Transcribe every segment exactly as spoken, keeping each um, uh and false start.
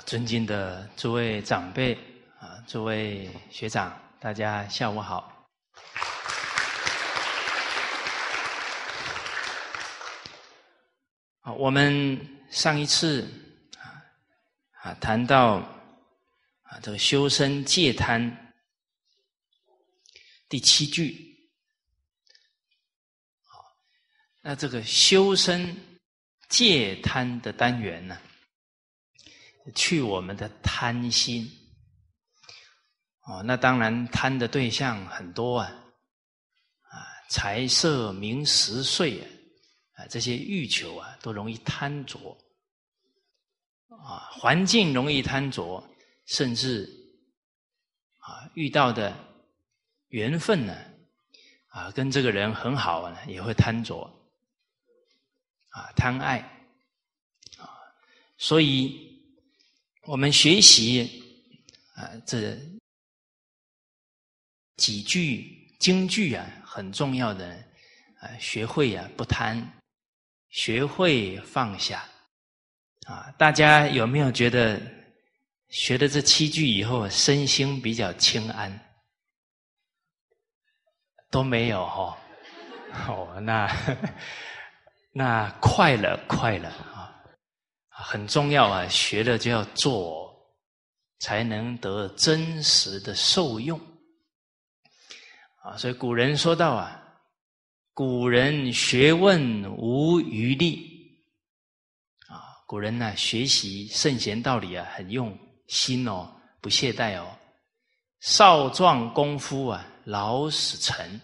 尊敬的诸位长辈啊，诸位学长，大家下午好。啊，我们上一次啊啊谈到啊这个修身戒贪第七句。那这个修身戒贪的单元呢，去我们的贪心。哦，那当然贪的对象很多啊，啊，财色名食睡啊，啊这些欲求啊，都容易贪着。啊，环境容易贪着，甚至啊遇到的缘分呢，啊跟这个人很好啊，也会贪着。啊，贪爱啊，所以我们学习啊这几句经句啊，很重要的啊，学会啊不贪，学会放下啊。大家有没有觉得学了这七句以后，身心比较清安？都没有哦。哦，那。那快了，快了啊！很重要啊，学了就要做，才能得真实的受用啊。所以古人说到啊，古人学问无余力啊。古人呢、啊、学习圣贤道理啊，很用心哦，不懈怠哦。少壮功夫啊，老死沉。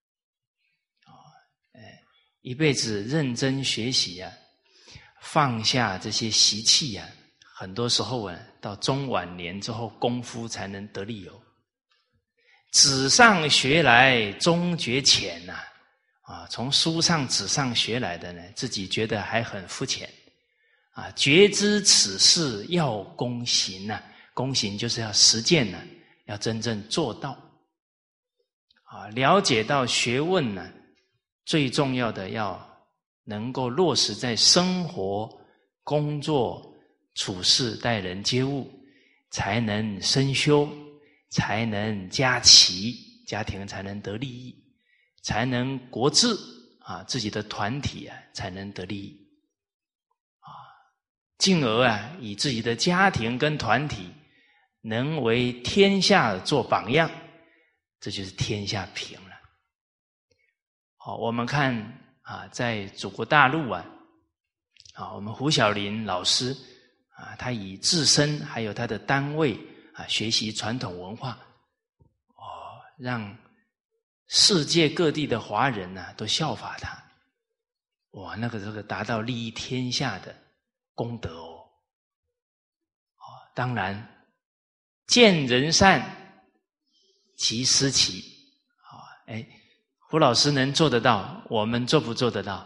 一辈子认真学习啊，放下这些习气啊，很多时候啊，到中晚年之后，功夫才能得力哦。纸上学来终觉浅呐，啊，从书上纸上学来的呢，自己觉得还很肤浅啊。觉知此事要躬行呐，躬行就是要实践呐，要真正做到啊，了解到学问呢。最重要的要能够落实在生活、工作、处事、待人接物，才能升修，才能家齐，家庭才能得利益，才能国治啊，自己的团体啊才能得利益啊，进而啊以自己的家庭跟团体能为天下做榜样，这就是天下平了。好，我们看啊，在祖国大陆啊，啊，我们胡晓林老师啊，他以自身还有他的单位啊，学习传统文化，哦，让世界各地的华人呢、啊、都效法他，哇，那个这个达到利益天下的功德哦。哦，当然，见人善，其思齐，啊，哎。胡老师能做得到，我们做不做得到？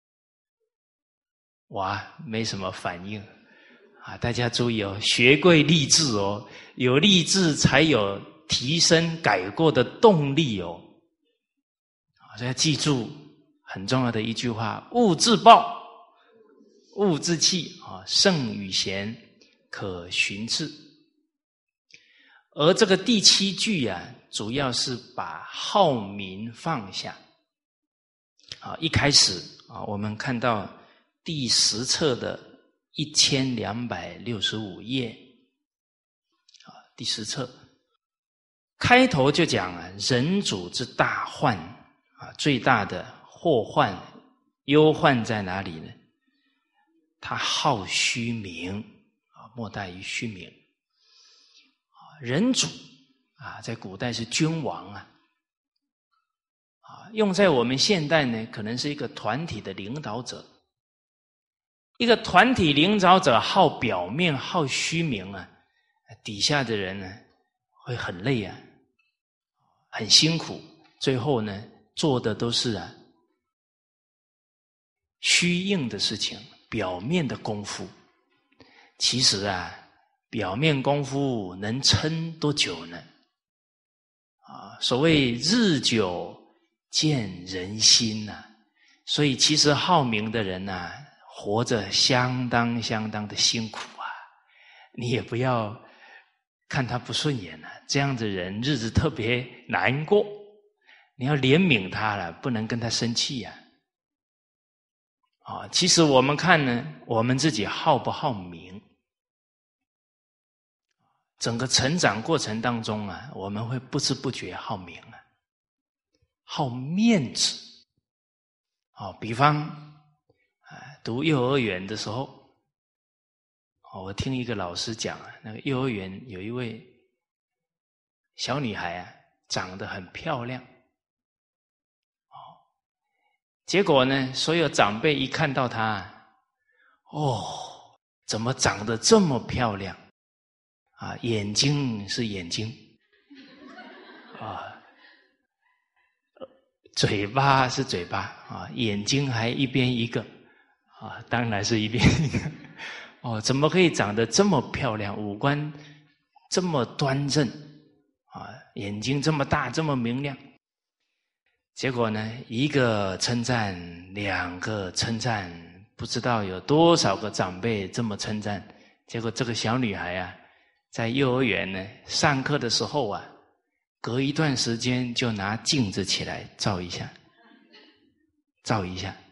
哇，没什么反应啊！大家注意哦，学贵立志哦，有立志才有提升改过的动力哦。啊，所以要记住很重要的一句话：勿自暴，勿自弃啊，圣与贤，可循次。而这个第七句啊，主要是把好名放下。啊，一开始啊，我们看到第十册的一千两百六十五页，啊，第十册开头就讲啊，人主之大患啊，最大的祸患、忧患在哪里呢？他好虚名啊，莫大于虚名。人主啊，在古代是君王啊，啊，用在我们现代呢，可能是一个团体的领导者。一个团体领导者好表面、好虚名啊，底下的人呢会很累啊，很辛苦，最后呢做的都是啊虚应的事情，表面的功夫。其实啊，表面功夫能撑多久呢？啊，所谓日久见人心呐、啊，所以其实好名的人呐、啊，活着相当相当的辛苦啊， 你也不要看他不顺眼了，这样的人日子特别难过，你要怜悯他了，不能跟他生气呀、啊。啊，其实我们看呢，我们自己好不好名？整个成长过程当中啊，我们会不知不觉好名啊，好面子。哦，比方啊，读幼儿园的时候，哦，我听一个老师讲啊，那个幼儿园有一位小女孩啊，长得很漂亮。哦，结果呢，所有长辈一看到她，哦，怎么长得这么漂亮？啊，眼睛是眼睛，啊，嘴巴是嘴巴，啊，眼睛还一边一个，啊，当然是一边一个。哦，怎么可以长得这么漂亮？五官这么端正，啊，眼睛这么大，这么明亮。结果呢，一个称赞，两个称赞，不知道有多少个长辈这么称赞。结果这个小女孩啊，在幼儿园呢，上课的时候啊，隔一段时间就拿镜子起来照一下，照一下。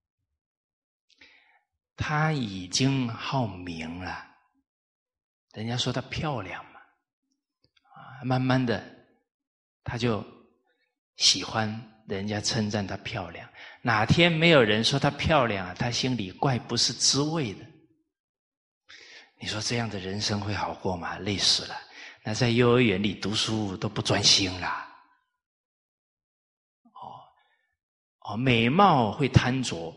她已经好名了，人家说她漂亮嘛，啊，慢慢的，她就喜欢人家称赞她漂亮。哪天没有人说她漂亮啊，她心里怪不是滋味的。你说这样的人生会好过吗？累死了。那在幼儿园里读书都不专心啦。哦哦，美貌会贪着，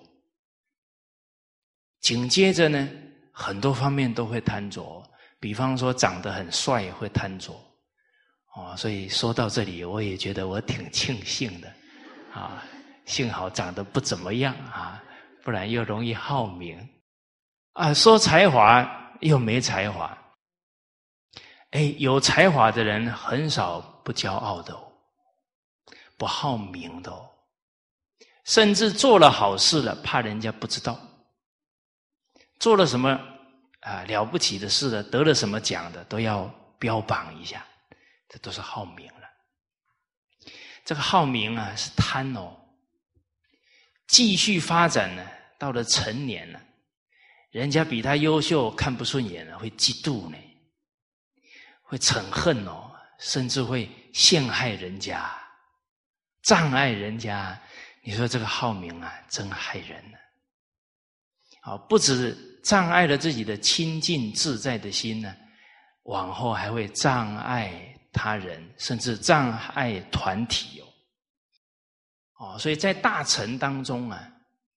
紧接着呢，很多方面都会贪着。比方说长得很帅会贪着。哦，所以说到这里，我也觉得我挺庆幸的啊，幸好长得不怎么样啊，不然又容易好名啊。说才华又没才华。哎，有才华的人很少不骄傲的哦，不好名的哦，甚至做了好事了，怕人家不知道，做了什么啊了不起的事了，得了什么奖的，都要标榜一下，这都是好名了。这个好名啊，是贪哦。继续发展呢，到了成年了，人家比他优秀，看不顺眼了，会嫉妒呢。会嗔恨哦，甚至会陷害人家，障碍人家。你说这个好名啊，真害人呢、啊！好，不止障碍了自己的清净自在的心呢，往后还会障碍他人，甚至障碍团体哦。哦，所以在大成当中啊，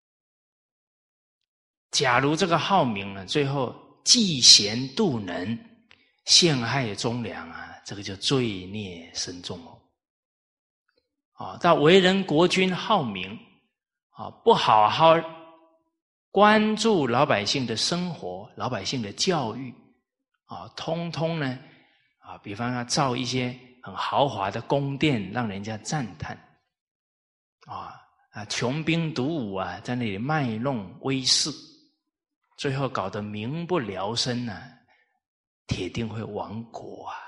假如这个好名呢，最后嫉贤妒能，陷害忠良啊，这个就罪孽深重哦。啊，到为人国君好名啊，不好好关注老百姓的生活、老百姓的教育啊，通通呢啊，比方要造一些很豪华的宫殿，让人家赞叹啊啊，穷兵黩武啊，在那里卖弄威势，最后搞得民不聊生啊。铁定会亡国啊！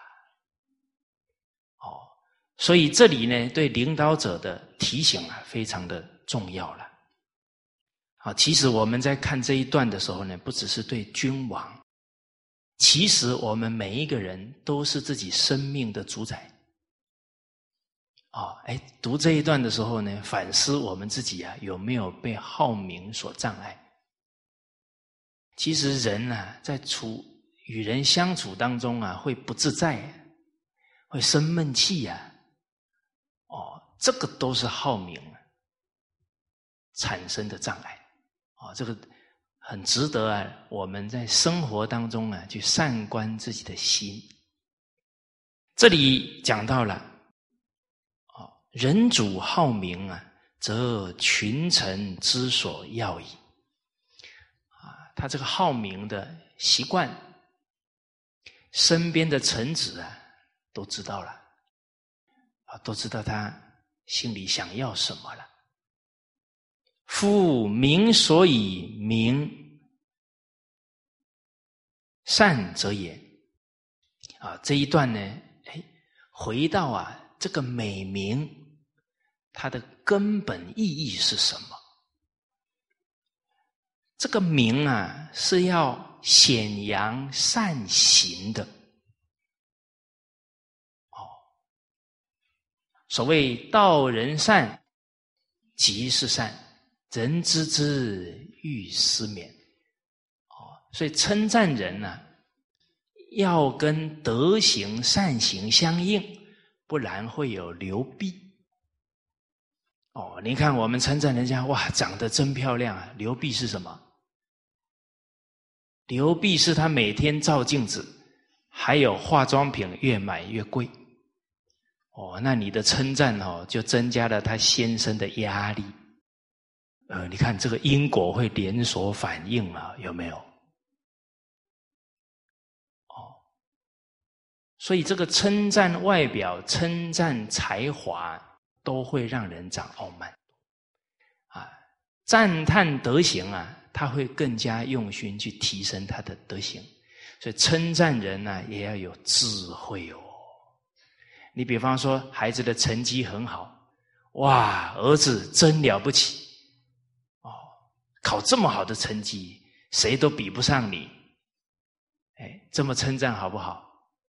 哦，所以这里呢，对领导者的提醒啊，非常的重要了。啊，其实我们在看这一段的时候呢，不只是对君王，其实我们每一个人都是自己生命的主宰。啊，哎，读这一段的时候呢，反思我们自己啊，有没有被好名所障碍？其实人啊，在处与人相处当中啊，会不自在，会生闷气啊。哦，这个都是好名产生的障碍。哦，这个很值得啊，我们在生活当中啊，去善观自己的心。这里讲到了，哦，人主好名啊，则群臣之所要矣。啊，他这个好名的习惯，身边的臣子啊都知道了，啊，都知道他心里想要什么了。夫民所以名， 善则也。啊，这一段呢，哎，回到啊这个美名，它的根本意义是什么？这个名啊，是要显扬善行的。哦，所谓道人善，即是善，人知之，欲思勉。哦，所以称赞人呢、啊，要跟德行善行相应，不然会有流弊。哦，你看我们称赞人家，哇，长得真漂亮啊！流弊是什么？流弊是他每天照镜子，还有化妆品越买越贵。哦，那你的称赞哦，就增加了他先生的压力。呃，你看这个因果会连锁反应啊，有没有？哦，所以这个称赞外表、称赞才华，都会让人长傲慢。啊，赞叹德行啊，他会更加用心去提升他的德行。所以称赞人啊，也要有智慧哦。你比方说孩子的成绩很好，哇，儿子真了不起哦，考这么好的成绩，谁都比不上你。哎，这么称赞好不好？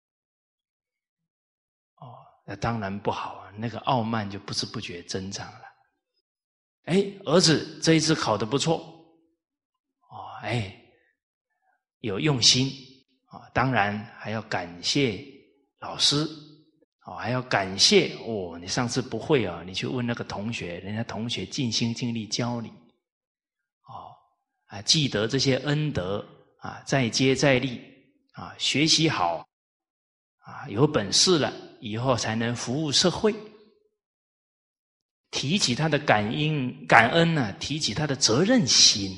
哦，那当然不好啊，那个傲慢就不知不觉增长了。哎，儿子这一次考得不错，哦，哎，有用心啊，当然还要感谢老师，哦，还要感谢哦，你上次不会啊，你去问那个同学，人家同学尽心尽力教你，哦，啊，记得这些恩德啊，再接再厉啊，学习好啊，有本事了以后才能服务社会。提起他的感恩感恩呢、啊，提起他的责任心。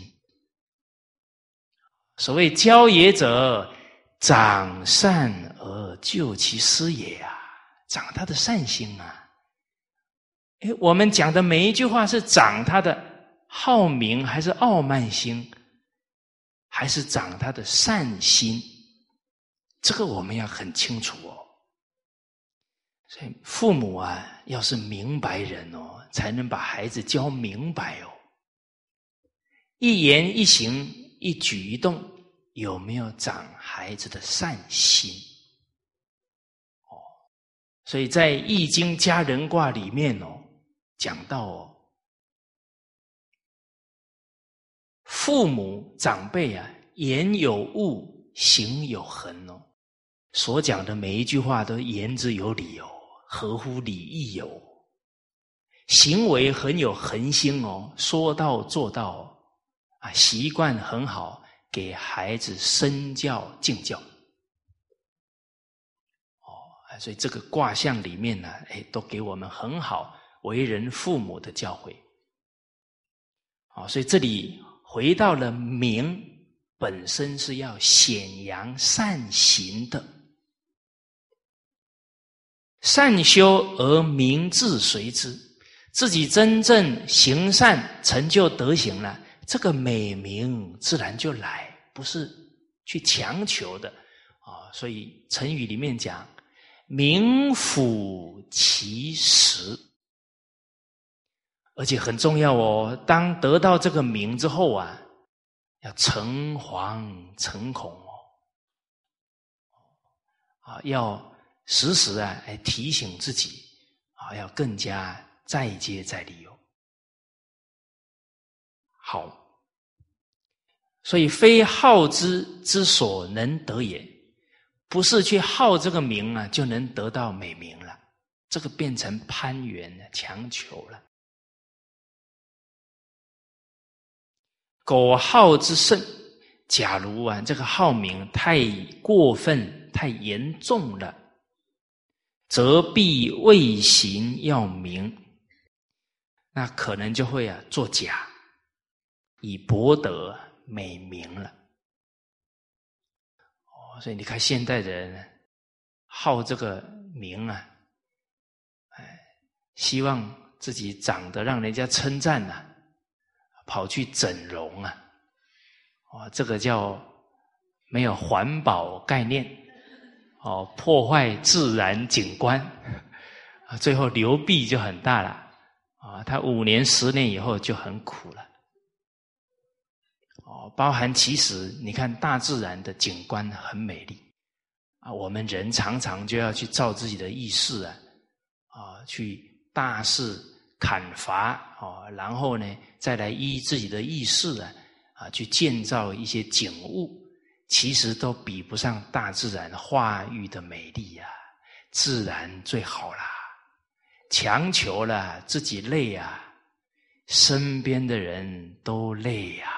所谓教也者，长善而救其失也啊，长他的善心啊。诶，我们讲的每一句话是长他的好名，还是傲慢心，还是长他的善心？这个我们要很清楚哦。所以父母啊，要是明白人哦，才能把孩子教明白哦。一言一行、一举一动，有没有长孩子的善心？哦，所以在《易经》家人卦里面哦，讲到哦，父母长辈啊，言有物，行有恒哦。所讲的每一句话都言之有理哦，合乎礼义哦，行为很有恒心哦，说到做到哦，啊，习惯很好，给孩子身教敬教。哦，所以这个卦象里面呢，哎，都给我们很好为人父母的教诲。哦，所以这里回到了名本身是要显扬善行的。善修而名自随之，自己真正行善成就德行了，这个美名自然就来，不是去强求的啊。所以成语里面讲名副其实，而且很重要哦，当得到这个名之后啊，要诚惶诚恐哦，啊，要时时啊，来提醒自己啊，要更加再接再厉哦。好，所以非好之之所能得也，不是去好这个名啊，就能得到美名了，这个变成攀援了、强求了。苟好之甚，假如啊，这个好名太过分、太严重了，则必为行要名，那可能就会啊作假，以博得美名了。哦，所以你看现代人好这个名啊，哎，希望自己长得让人家称赞呐、啊，跑去整容啊，哦，这个叫没有环保概念，哦，破坏自然景观，啊，最后流弊就很大了，啊，他五年、十年以后就很苦了。哦，包含其实你看大自然的景观很美丽啊，我们人常常就要去照自己的意识啊，啊，去大肆砍伐哦，然后呢，再来依自己的意识啊，啊，去建造一些景物，其实都比不上大自然化育的美丽啊，自然最好啦，强求了自己累啊，身边的人都累啊。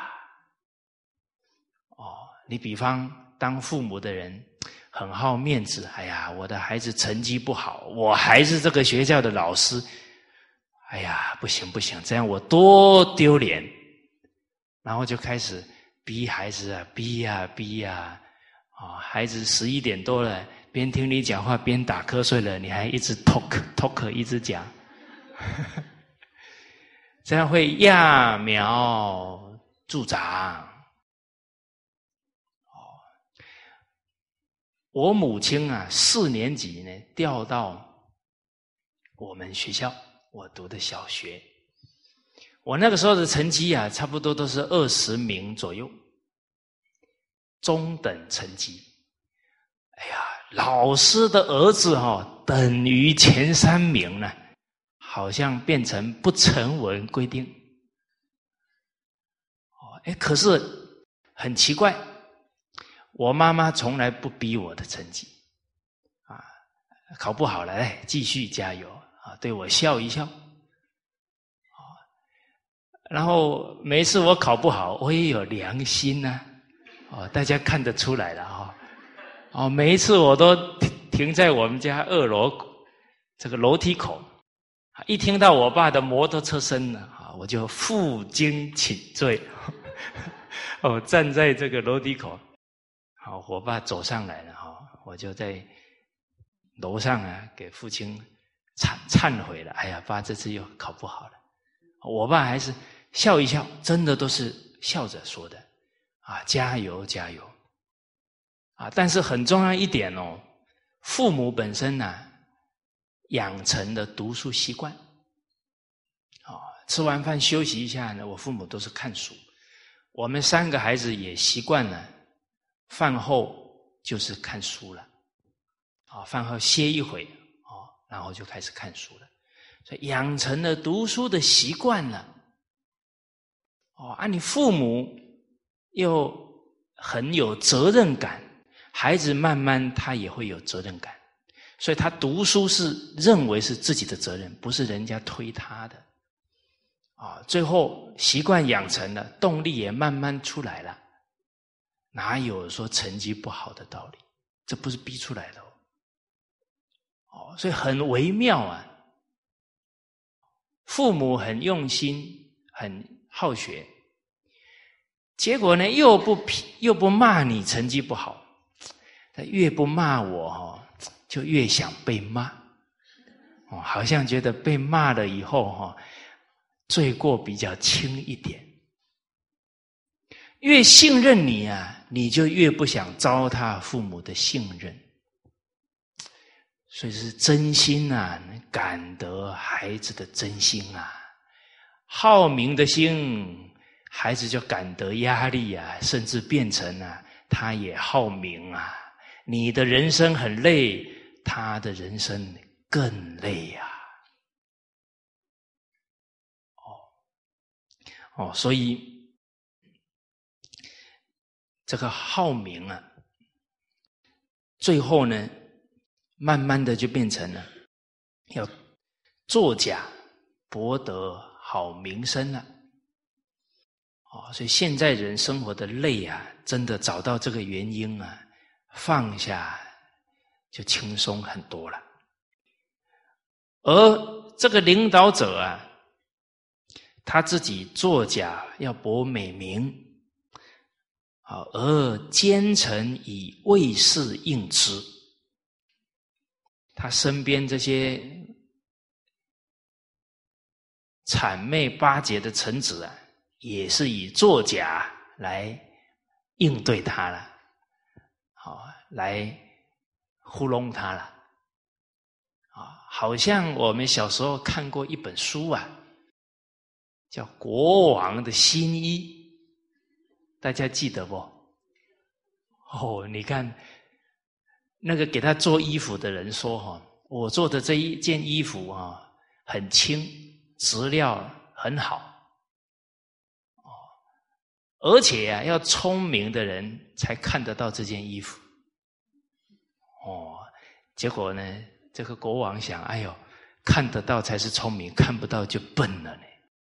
你比方当父母的人很好面子，哎呀，我的孩子成绩不好，我还是这个学校的老师，哎呀，不行不行，这样我多丢脸，然后就开始逼孩子啊，逼呀、啊、逼呀、啊，哦，孩子十一点多了，边听你讲话边打瞌睡了，你还一直 talk talk 一直讲，这样会揠苗助长。我母亲啊，四年级呢调到我们学校，我读的小学。我那个时候的成绩啊，差不多都是二十名左右，中等成绩。哎呀，老师的儿子哦，等于前三名呢，好像变成不成文规定。哦，哎，可是很奇怪。我妈妈从来不逼我的成绩，啊，考不好了，哎，继续加油啊，对我笑一笑，啊，然后每一次我考不好，我也有良心呐，啊，哦，大家看得出来了哈，哦，每一次我都停停在我们家二楼这个楼梯口，一听到我爸的摩托车声呢，啊，我就负荆请罪，哦，站在这个楼梯口。好，我爸走上来了哈，我就在楼上啊给父亲忏忏悔了。哎呀，爸这次又考不好了。我爸还是笑一笑，真的都是笑着说的啊，加油加油啊！但是很重要一点哦，父母本身呢，啊，养成的读书习惯。啊，吃完饭休息一下呢，我父母都是看书。我们三个孩子也习惯了。饭后就是看书了，啊，饭后歇一会，啊，然后就开始看书了，所以养成了读书的习惯了，哦，啊，你父母又很有责任感，孩子慢慢他也会有责任感，所以他读书是认为是自己的责任，不是人家推他的，啊，最后习惯养成了，动力也慢慢出来了。哪有说成绩不好的道理？这不是逼出来的哦。哦，所以很微妙啊。父母很用心，很好学，结果呢又不又不骂你成绩不好，越不骂我哦，就越想被骂。哦，好像觉得被骂了以后哈，罪过比较轻一点。越信任你啊，你就越不想糟蹋父母的信任，所以是真心啊，感得孩子的真心啊，好名的心，孩子就感得压力啊，甚至变成啊，他也好名啊。你的人生很累，他的人生更累啊。哦，哦，所以。这个好名啊，最后呢，慢慢的就变成了要作假博得好名声了。哦，所以现在人生活的累啊，真的找到这个原因啊，放下就轻松很多了。而这个领导者啊，他自己作假要博美名。好，而奸臣以卫士应之，他身边这些谄媚巴结的臣子啊，也是以作假来应对他了。 啊来糊弄他了。啊，好像我们小时候看过一本书啊，叫《国王的新衣》，大家记得不？哦，你看那个给他做衣服的人说哈，我做的这一件衣服啊很轻，质料很好，哦，而且啊要聪明的人才看得到这件衣服。哦，结果呢？这个国王想，哎呦，看得到才是聪明，看不到就笨了呢。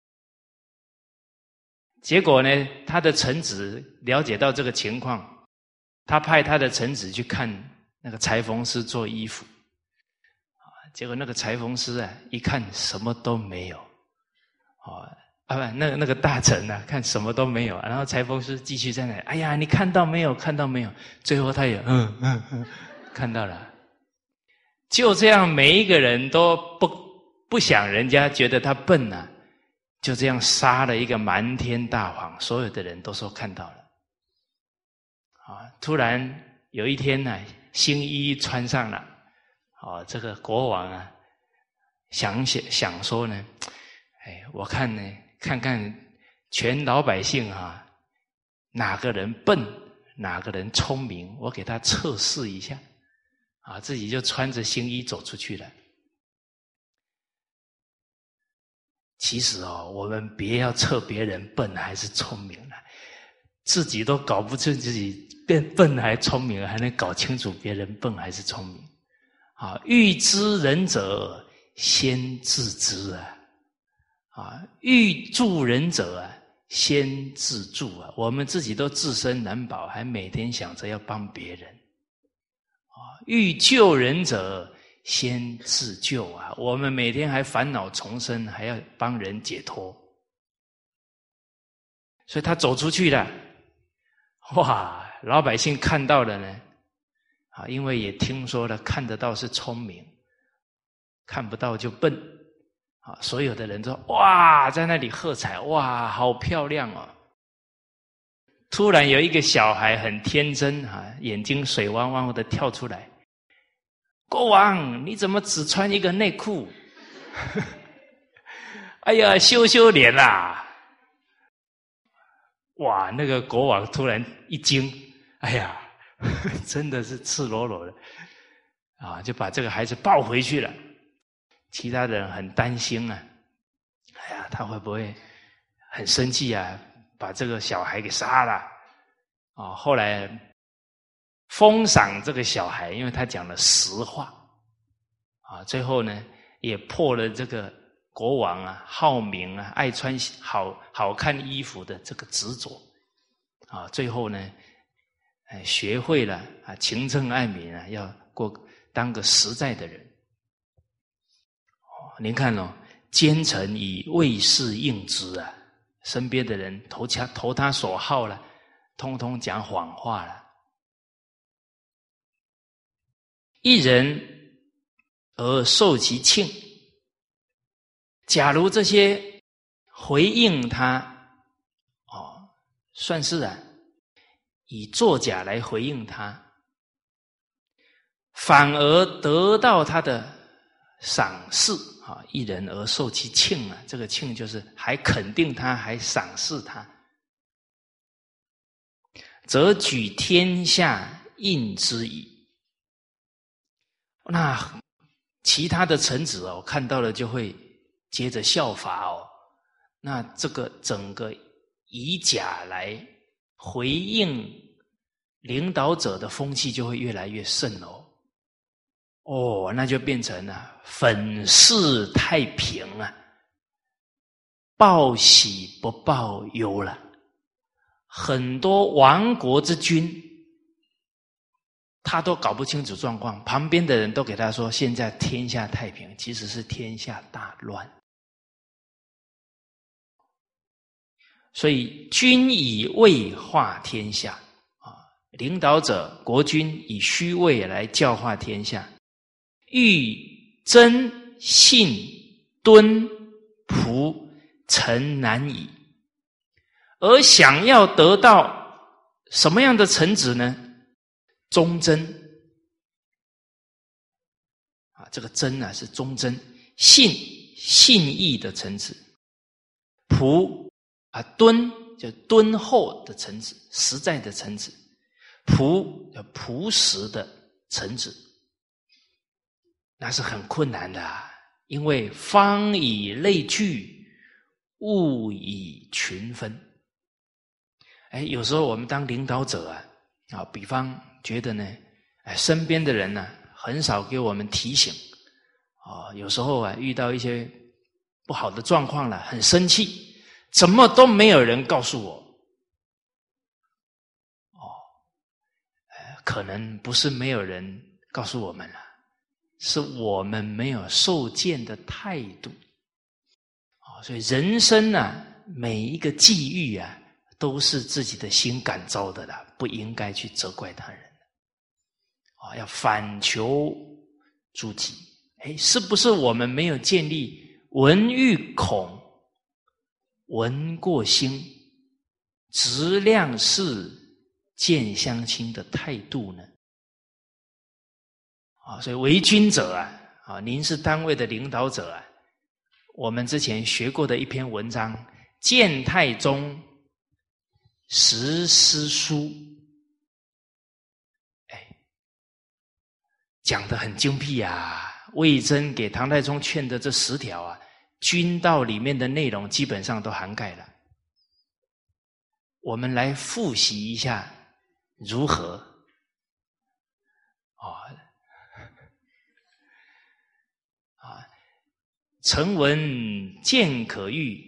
结果呢，他的臣子了解到这个情况，他派他的臣子去看那个裁缝师做衣服。结果那个裁缝师啊，一看什么都没有，哦啊不，那那个大臣啊，看什么都没有，然后裁缝师继续在那里，哎呀，你看到没有？看到没有？最后他也嗯嗯嗯，看到了。就这样，每一个人都不不想人家觉得他笨啊，就这样撒了一个瞒天大谎，所有的人都说看到了。啊，突然有一天呢、啊，新衣穿上了，哦，这个国王啊，想想想说呢，哎，我看呢，看看全老百姓啊，哪个人笨，哪个人聪明，我给他测试一下。啊，自己就穿着新衣走出去了。其实哦，我们别要测别人笨还是聪明了，自己都搞不清自己变笨还聪明，还能搞清楚别人笨还是聪明。啊，欲知人者先自知啊，啊，欲助人者啊先自助啊。我们自己都自身难保，还每天想着要帮别人。欲救人者先自救啊！我们每天还烦恼丛生，还要帮人解脱。所以他走出去了，哇！老百姓看到了呢，啊，因为也听说了，看得到是聪明，看不到就笨，啊，所有的人都哇，在那里喝彩，哇，好漂亮哦！突然有一个小孩很天真啊，眼睛水汪汪的跳出来。国王，你怎么只穿一个内裤？哎呀，羞羞脸啦！哇，那个国王突然一惊，哎呀，真的是赤裸裸的啊，就把这个孩子抱回去了。其他人很担心啊，哎呀，他会不会很生气啊？把这个小孩给杀了啊！后来封赏这个小孩，因为他讲了实话啊。最后呢，也破了这个国王啊好名啊爱穿好好看衣服的这个执着啊。最后呢，哎，学会了啊勤政爱民啊，要过当个实在的人。哦，您看哦，奸臣以卫士应之啊。身边的人投他投他所好了，通通讲谎话了。一人而受其庆，假如这些回应他，哦，算是啊，以作假来回应他，反而得到他的赏识。啊，一人而受其庆啊，这个庆就是还肯定他，还赏识他，则举天下应之矣。那其他的臣子哦，看到了就会接着效法哦。那这个整个以假来回应领导者的风气就会越来越盛哦。哦，那就变成了粉饰太平啊，报喜不报忧了。很多亡国之君，他都搞不清楚状况，旁边的人都给他说现在天下太平，其实是天下大乱。所以君以位化天下啊，领导者国君以虚位来教化天下。欲真信敦朴诚难矣，而想要得到什么样的臣子呢？ 忠贞啊，这个贞啊是忠贞，信信义的臣子，朴啊敦就敦厚的臣子，实在的臣子，朴叫朴实的臣子，那是很困难的啊，因为方以类聚，物以群分。哎，有时候我们当领导者啊，啊，比方觉得呢，哎，身边的人呢、啊，很少给我们提醒，啊，有时候啊，遇到一些不好的状况了，很生气，怎么都没有人告诉我。哦，呃，可能不是没有人告诉我们了，是我们没有受见的态度。哦，所以人生啊，每一个际遇啊，都是自己的心感召的啦，不应该去责怪他人。啊，要反求诸己。哎，是不是我们没有建立闻欲恐、闻过心、直量事、见相亲的态度呢？啊，所以为君者啊，啊，您是单位的领导者啊，我们之前学过的一篇文章《谏太宗十思书》，哎，讲得很精辟啊。魏征给唐太宗劝的这十条啊，君道里面的内容基本上都涵盖了。我们来复习一下如何？哦，啊，臣闻见可欲，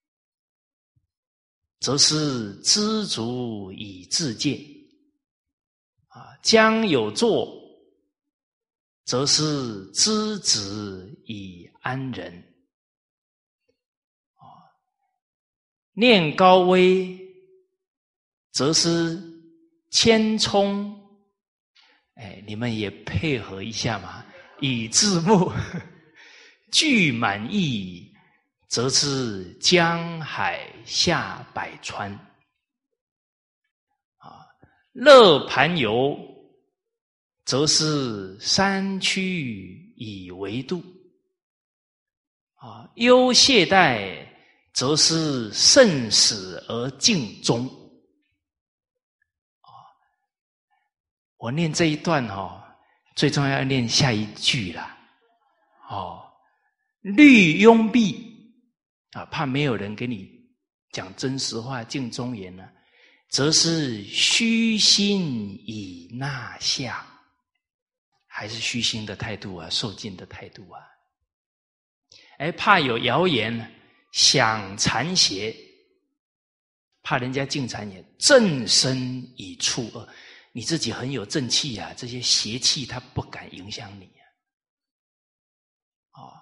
则是知足以自戒；啊，将有作，则是知止以安人。啊，念高危，则是谦冲。哎，你们也配合一下嘛，以字幕。具满意，则是江海下百川。啊，乐盘游，则是山区以为度。啊，忧懈怠，则是慎始而敬终。啊，我念这一段哦，最重要要念下一句啦。哦。虑拥蔽啊，怕没有人给你讲真实话、敬忠言呢、啊，则是虚心以纳下，还是虚心的态度啊，受敬的态度啊。哎，怕有谣言，想谗邪，怕人家进谗言，正身以处恶，你自己很有正气啊，这些邪气它不敢影响你啊。哦。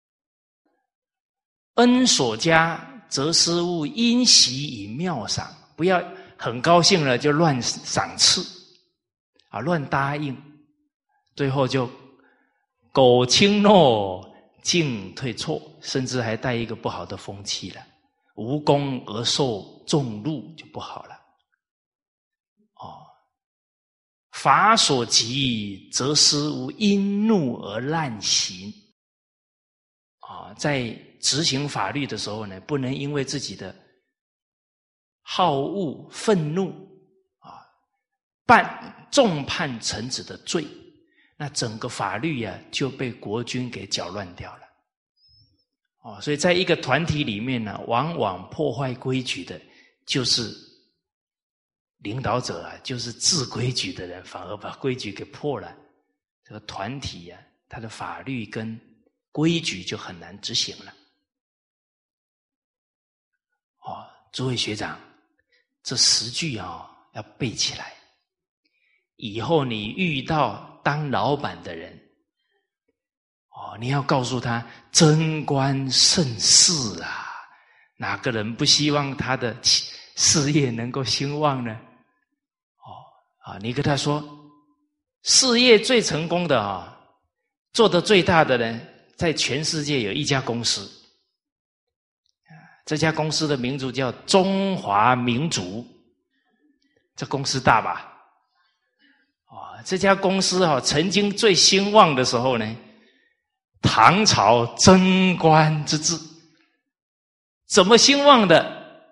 恩所加，则施物因喜以妙赏，不要很高兴了就乱赏赐啊，乱答应，最后就苟轻诺，进退错，甚至还带一个不好的风气了，无功而受众怒就不好了。哦，法所及，则施物因怒而滥行。啊，在执行法律的时候呢，不能因为自己的好恶、愤怒啊，判重判臣子的罪，那整个法律呀、啊、就被国君给搅乱掉了。哦，所以在一个团体里面呢，往往破坏规矩的，就是领导者啊，就是治规矩的人，反而把规矩给破了。这个团体啊，它的法律跟规矩就很难执行了。哦，诸位学长，这十句啊、哦、要背起来。以后你遇到当老板的人，哦，你要告诉他贞观盛世啊，哪个人不希望他的事业能够兴旺呢？哦，啊，你跟他说，事业最成功的啊、哦，做得最大的人。在全世界有一家公司，这家公司的名字叫中华民族，这公司大吧？ 哦，这家公司哈、哦、曾经最兴旺的时候呢，唐朝贞观之治，怎么兴旺的？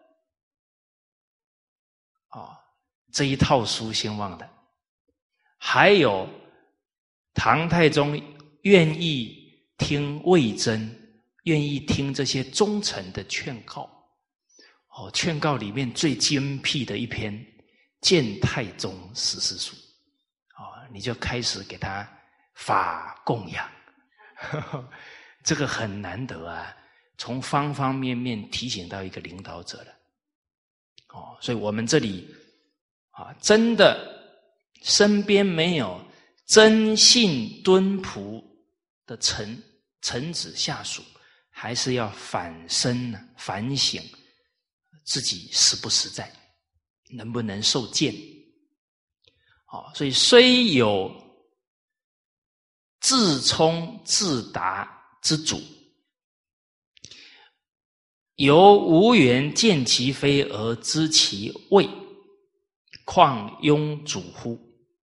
哦，这一套书兴旺的。还有唐太宗愿意听魏征，愿意听这些忠臣的劝告。哦，劝告里面最精辟的一篇《谏太宗十四书》，哦，你就开始给他法供养，呵呵，这个很难得啊，从方方面面提醒到一个领导者了。哦，所以我们这里啊，真的身边没有真信敦朴的臣臣子下属，还是要反身反省自己实不实在，能不能受荐。哦，所以虽有自聪自达之主，由无缘见其非而知其位，况庸主乎？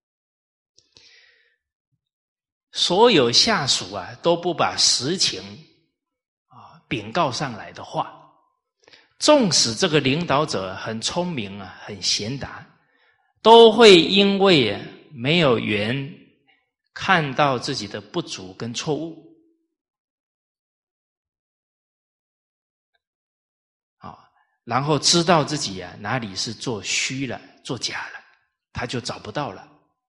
所有下属啊都不把实情啊禀告上来的话，纵使这个领导者很聪明啊，很贤达，都会因为没有缘看到自己的不足跟错误，啊，然后知道自己啊哪里是做虚了、做假了，他就找不到了。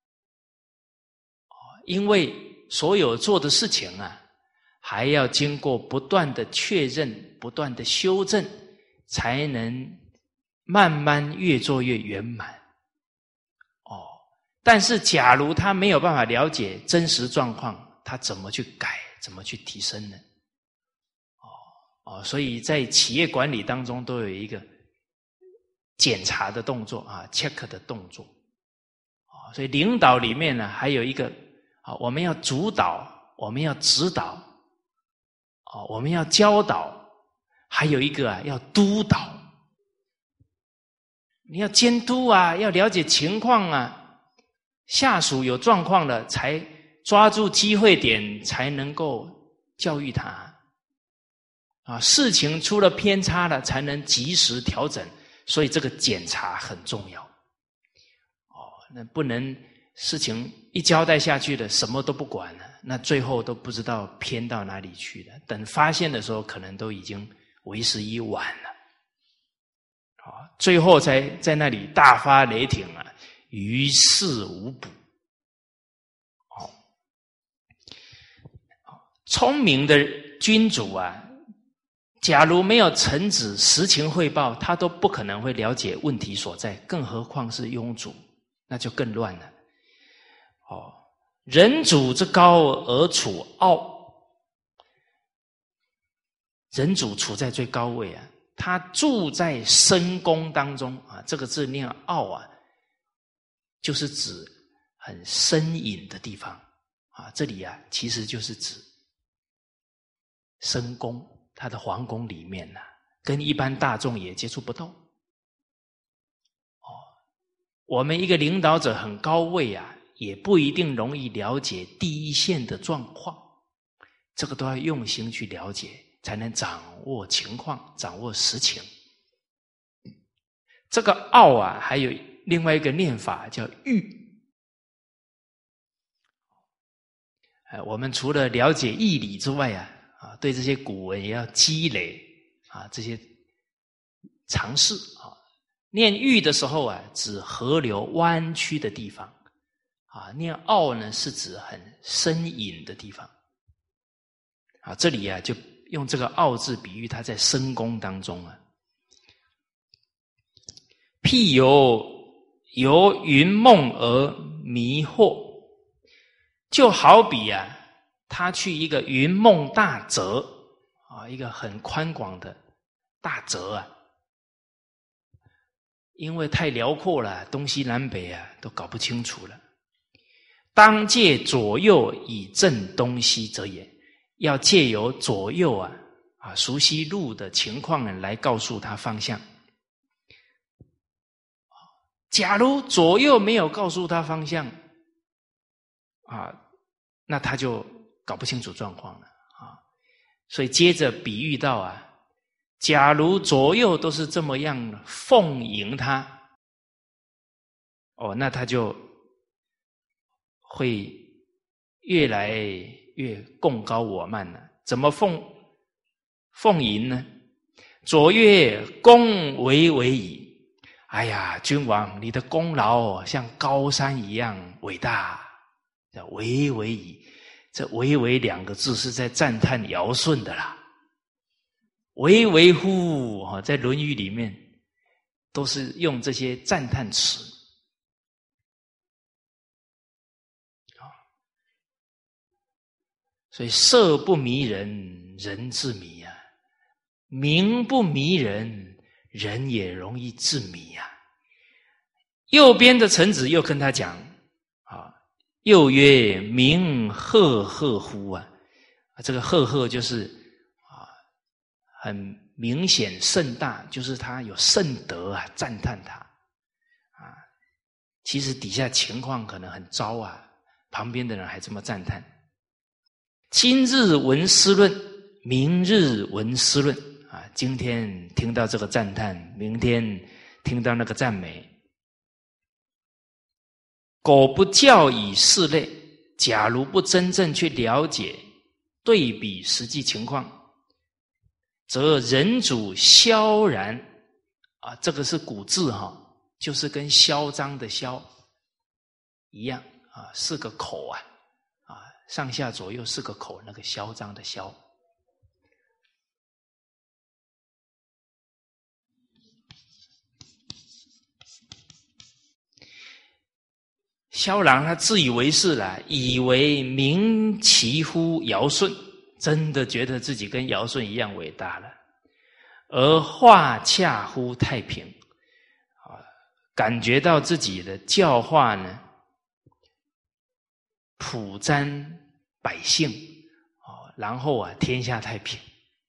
因为所有做的事情啊，还要经过不断的确认、不断的修正，才能慢慢越做越圆满。哦，但是假如他没有办法了解真实状况，他怎么去改，怎么去提升呢？哦哦，所以在企业管理当中都有一个检查的动作啊 ，check 的动作。哦，所以领导里面呢，还有一个啊，我们要主导，我们要指导，哦，我们要教导。还有一个啊，要督导，你要监督啊，要了解情况啊，下属有状况了，才抓住机会点，才能够教育他啊。事情出了偏差了，才能及时调整，所以这个检查很重要。哦，那不能事情一交代下去了，什么都不管了，那最后都不知道偏到哪里去了。等发现的时候，可能都已经为时已晚了，啊，最后才在那里大发雷霆啊，于事无补。哦，聪明的君主啊，假如没有臣子实情汇报，他都不可能会了解问题所在，更何况是庸主，那就更乱了。哦，人主之高而处傲。人主处在最高位啊，他住在深宫当中啊，这个字念傲啊，就是指很深隐的地方啊。这里啊，其实就是指深宫，他的皇宫里面呢、啊，跟一般大众也接触不到。哦，我们一个领导者很高位啊，也不一定容易了解第一线的状况，这个都要用心去了解，才能掌握情况，掌握实情。这个傲啊，还有另外一个念法叫欲。我们除了了解义理之外啊，啊，对这些古文也要积累啊这些常识啊。念欲的时候啊，指河流弯曲的地方啊；念傲呢，是指很深隐的地方啊。这里啊，就用这个傲字比喻他在深宫当中啊。譬有由云梦而迷惑，就好比啊，他去一个云梦大泽啊，一个很宽广的大泽啊，因为太辽阔了，东西南北啊都搞不清楚了。当借左右以正东西者也，要借由左右啊啊熟悉路的情况呢，来告诉他方向。假如左右没有告诉他方向， 啊，那他就搞不清楚状况了啊。所以接着比喻到啊，假如左右都是这么样奉迎他，哦，那他就会越来越贡高我慢了。怎么奉奉迎呢？左越功伟伟矣。哎呀，君王，你的功劳像高山一样伟大，叫巍巍矣。这巍巍两个字是在赞叹尧舜的啦。巍巍乎，在《论语》里面都是用这些赞叹词。所以色不迷人，人自迷啊；名不迷人，人也容易自迷啊。右边的臣子又跟他讲啊，又曰：名赫赫乎啊！这个赫赫就是啊，很明显盛大，就是他有盛德啊，赞叹他啊。其实底下情况可能很糟啊，旁边的人还这么赞叹。今日闻斯论，明日闻斯论啊！今天听到这个赞叹，明天听到那个赞美。苟不教以事类，假如不真正去了解对比实际情况，则人主萧然啊，这个是古字哈，就是跟嚣张的嚣一样啊，是个口啊。上下左右四个口，那个嚣张的嚣。萧郎他自以为是了，以为名其乎尧舜，真的觉得自己跟尧舜一样伟大了，而化洽乎太平啊，感觉到自己的教化呢，普瞻百姓，然后啊，天下太平。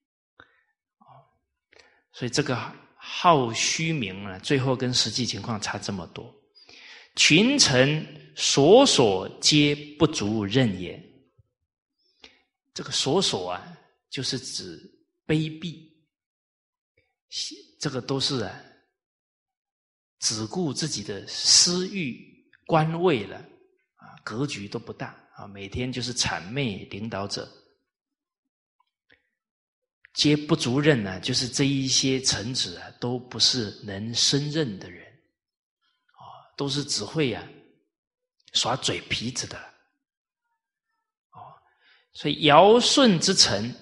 所以这个好虚名啊，最后跟实际情况差这么多。群臣所所皆不足任也。这个所所啊，就是指卑鄙，这个都是啊，只顾自己的私欲、官位了啊，格局都不大。啊，每天就是谄媚领导者，皆不足任啊，就是这一些臣子啊，都不是能胜任的人，啊，都是只会啊耍嘴皮子的，啊，所以尧舜之臣，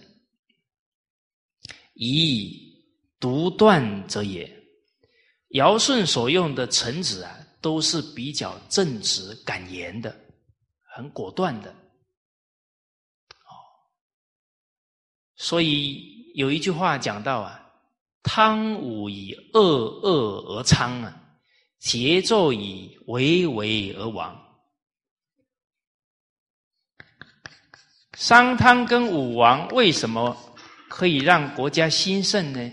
以独断者也。尧舜所用的臣子啊，都是比较正直敢言的。很果断的，哦，所以有一句话讲到啊，汤武以恶恶而昌啊，桀纣以为为而亡。商汤跟武王为什么可以让国家兴盛呢？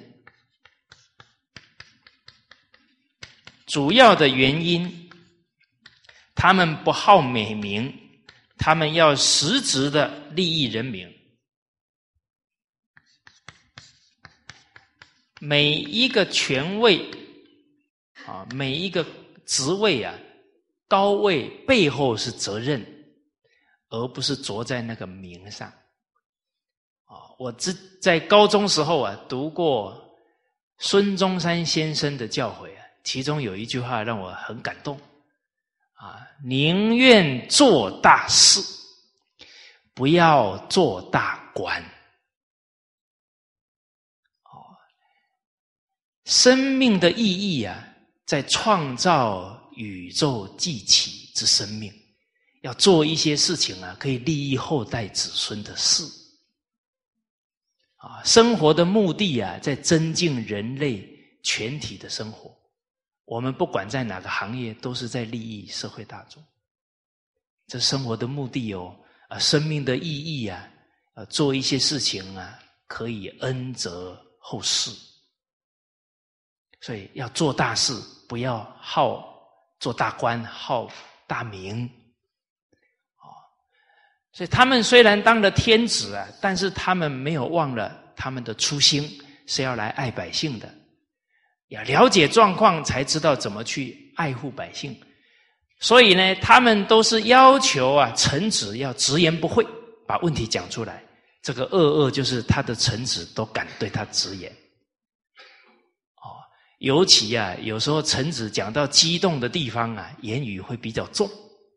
主要的原因，他们不好美名，他们要实质的利益人民。每一个权位啊，每一个职位啊，高位背后是责任，而不是着在那个名上。啊，我之在高中时候啊，读过孙中山先生的教诲啊，其中有一句话让我很感动。啊，宁愿做大事，不要做大官。哦，生命的意义啊，在创造宇宙继起之生命，要做一些事情啊，可以利益后代子孙的事。啊，生活的目的啊，在增进人类全体的生活。我们不管在哪个行业，都是在利益社会大众。这生活的目的哦，啊，生命的意义啊，啊，做一些事情啊，可以恩泽后世。所以要做大事，不要好做大官、好大名。哦， 所以他们虽然当了天子啊，但是他们没有忘了他们的初心，是要来爱百姓的，要了解状况才知道怎么去爱护百姓。所以呢，他们都是要求啊，臣子要直言不讳，把问题讲出来。这个恶恶就是他的臣子都敢对他直言。哦，尤其啊，有时候臣子讲到激动的地方啊，言语会比较重。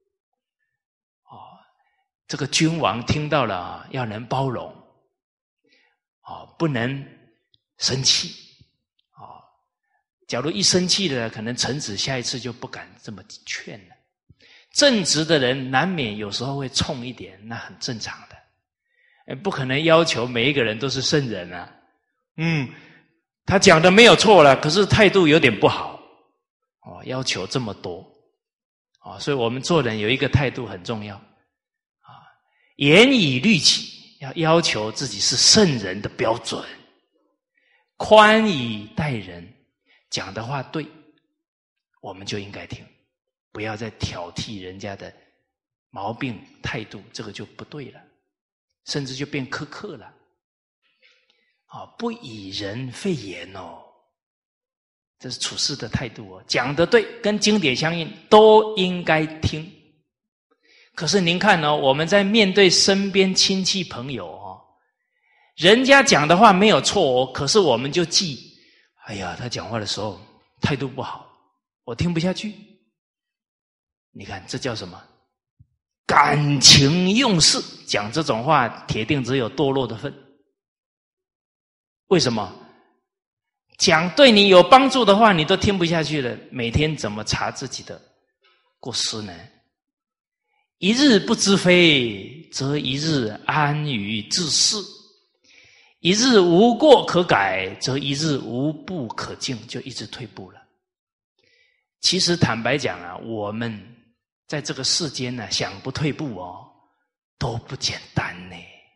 哦，这个君王听到了啊，要能包容，哦，不能生气。哦，假如一生气了，可能臣子下一次就不敢这么劝了。正直的人难免有时候会冲一点，那很正常的。不可能要求每一个人都是圣人啊。嗯，他讲的没有错了，可是态度有点不好。哦，要求这么多。哦，所以我们做人有一个态度很重要。啊，严以律己，要要求自己是圣人的标准。宽以待人，讲的话对，我们就应该听，不要再挑剔人家的毛病态度，这个就不对了。甚至就变苛刻了。啊，不以人废言哦，这是处事的态度哦。讲得对，跟经典相应，都应该听。可是您看哦，我们在面对身边亲戚朋友哦，人家讲的话没有错哦，可是我们就记，哎呀，他讲话的时候态度不好，我听不下去。你看这叫什么？感情用事，讲这种话铁定只有堕落的份。为什么？讲对你有帮助的话你都听不下去了，每天怎么查自己的过失呢？一日不知非，则一日安于自适；一日无过可改，则一日无步可进，就一直退步了。其实坦白讲啊，我们在这个世间呢、啊，想不退步哦，都不简单呢。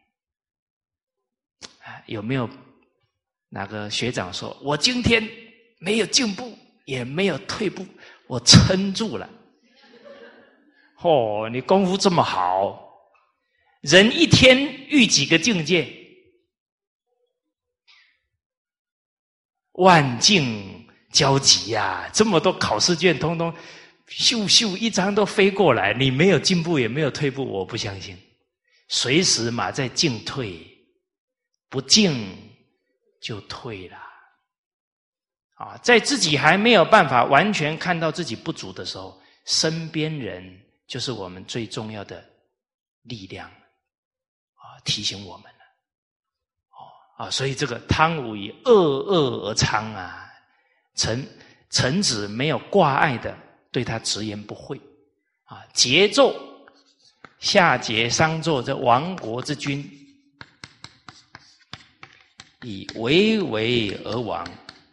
有没有哪个学长说，我今天没有进步，也没有退步，我撑住了？哦，你功夫这么好，人一天遇几个境界？万境交集呀、啊，这么多考试卷，通通咻咻一张都飞过来，你没有进步也没有退步，我不相信。随时嘛在进退，不进就退了。啊，在自己还没有办法完全看到自己不足的时候，身边人就是我们最重要的力量啊，提醒我们了。哦啊，所以这个汤武以恶恶而昌啊，臣臣子没有挂碍的对他直言不讳啊。桀纣夏桀商纣这亡国之君，以为为而亡。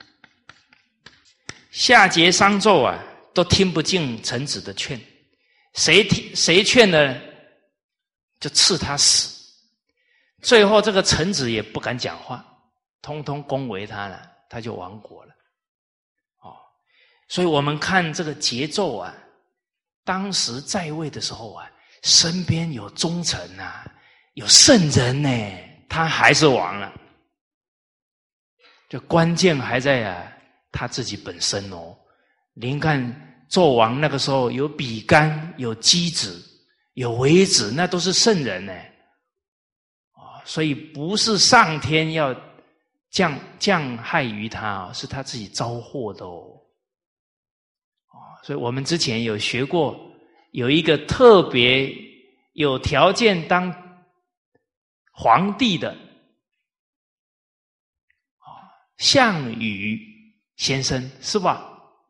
夏桀商纣啊，都听不进臣子的劝，谁听谁劝呢，就赐他死。最后这个臣子也不敢讲话，通通恭维他了，他就亡国了。哦，所以我们看这个桀纣啊，当时在位的时候啊，身边有忠臣啊，有圣人呢，他还是亡了。就关键还在啊他自己本身哦。您看纣王那个时候有比干，有箕子，有微子，那都是圣人呢。所以不是上天要降降害于他，是他自己招祸的哦。所以我们之前有学过，有一个特别有条件当皇帝的项羽先生，是吧？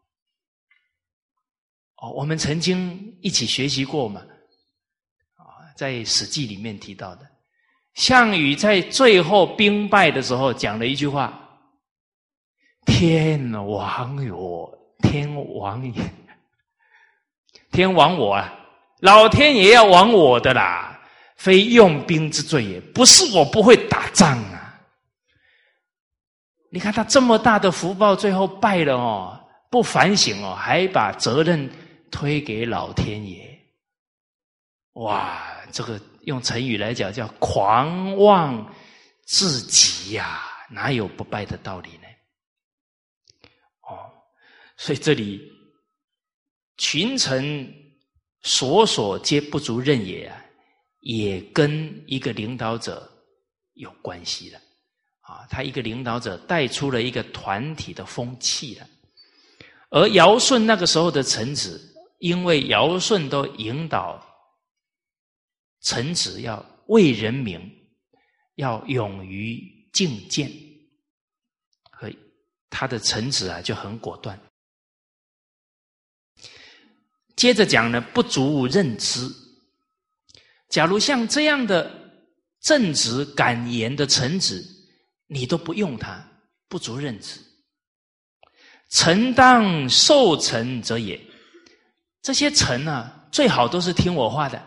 哦，我们曾经一起学习过嘛，啊，在《史记》里面提到的。项羽在最后兵败的时候讲了一句话：天亡我，天亡也，天亡我啊，老天也要亡我的啦，非用兵之罪也，不是我不会打仗啊。你看他这么大的福报，最后败了哦，不反省哦，还把责任推给老天爷。哇，这个用成语来讲叫狂妄至极呀、啊，哪有不败的道理呢？哦，所以这里群臣所所皆不足任也啊，也跟一个领导者有关系了啊。他一个领导者带出了一个团体的风气了。而尧舜那个时候的臣子，因为尧舜都引导臣子要为人民，要勇于进谏，所以他的臣子啊就很果断。接着讲呢，不足任之。假如像这样的正直敢言的臣子，你都不用他，不足任之。臣当受臣者也。这些臣啊，最好都是听我话的。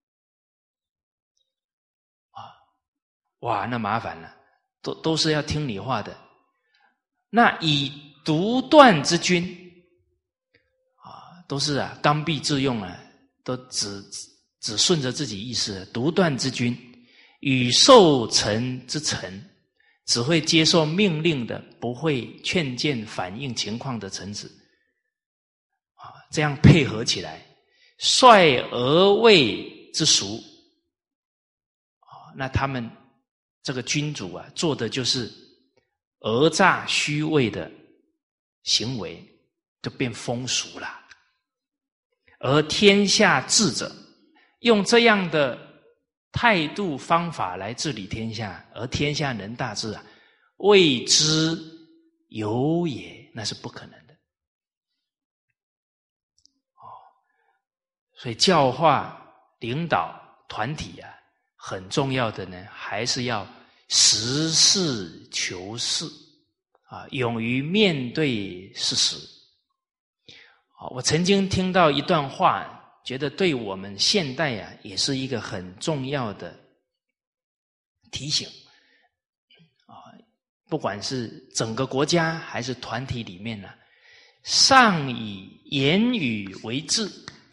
啊，哇，那麻烦了，都都是要听你话的。那以独断之君，啊，都是啊刚愎自用啊，都只只顺着自己意思。独断之君，与受臣之臣。只会接受命令的，不会劝谏反映情况的臣子，啊，这样配合起来，率而为之俗，啊，那他们这个君主啊，做的就是讹诈虚伪的行为，就变风俗了。而天下治者，用这样的态度方法来治理天下，而天下能大治啊，谓之有也，那是不可能的。哦，所以教化领导团体啊，很重要的呢，还是要实事求是啊，勇于面对事实。啊，我曾经听到一段话，觉得对我们现代啊，也是一个很重要的提醒啊！不管是整个国家还是团体里面呢、啊，上以言语为治，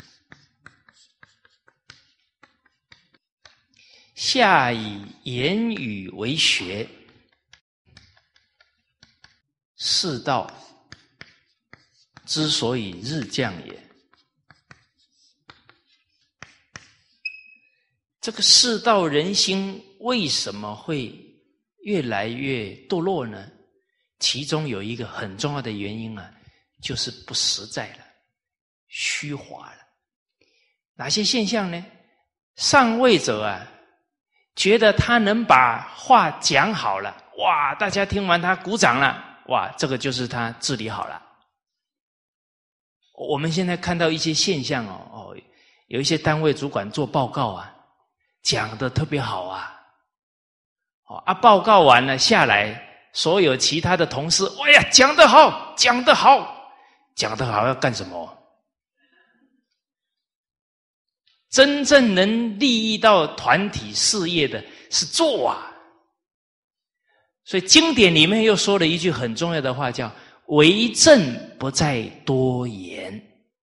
下以言语为学，世道之所以日降也。这个世道人心为什么会越来越堕落呢？其中有一个很重要的原因啊，就是不实在了，虚华了。哪些现象呢？上位者啊，觉得他能把话讲好了，哇，大家听完他鼓掌了，哇，这个就是他治理好了。我们现在看到一些现象哦，哦，有一些单位主管做报告啊，讲得特别好啊，哦啊，报告完了下来，所有其他的同事，哎呀，讲得好，讲得好，讲得好要干什么？真正能利益到团体事业的是做啊。所以经典里面又说了一句很重要的话，叫为政不在多言。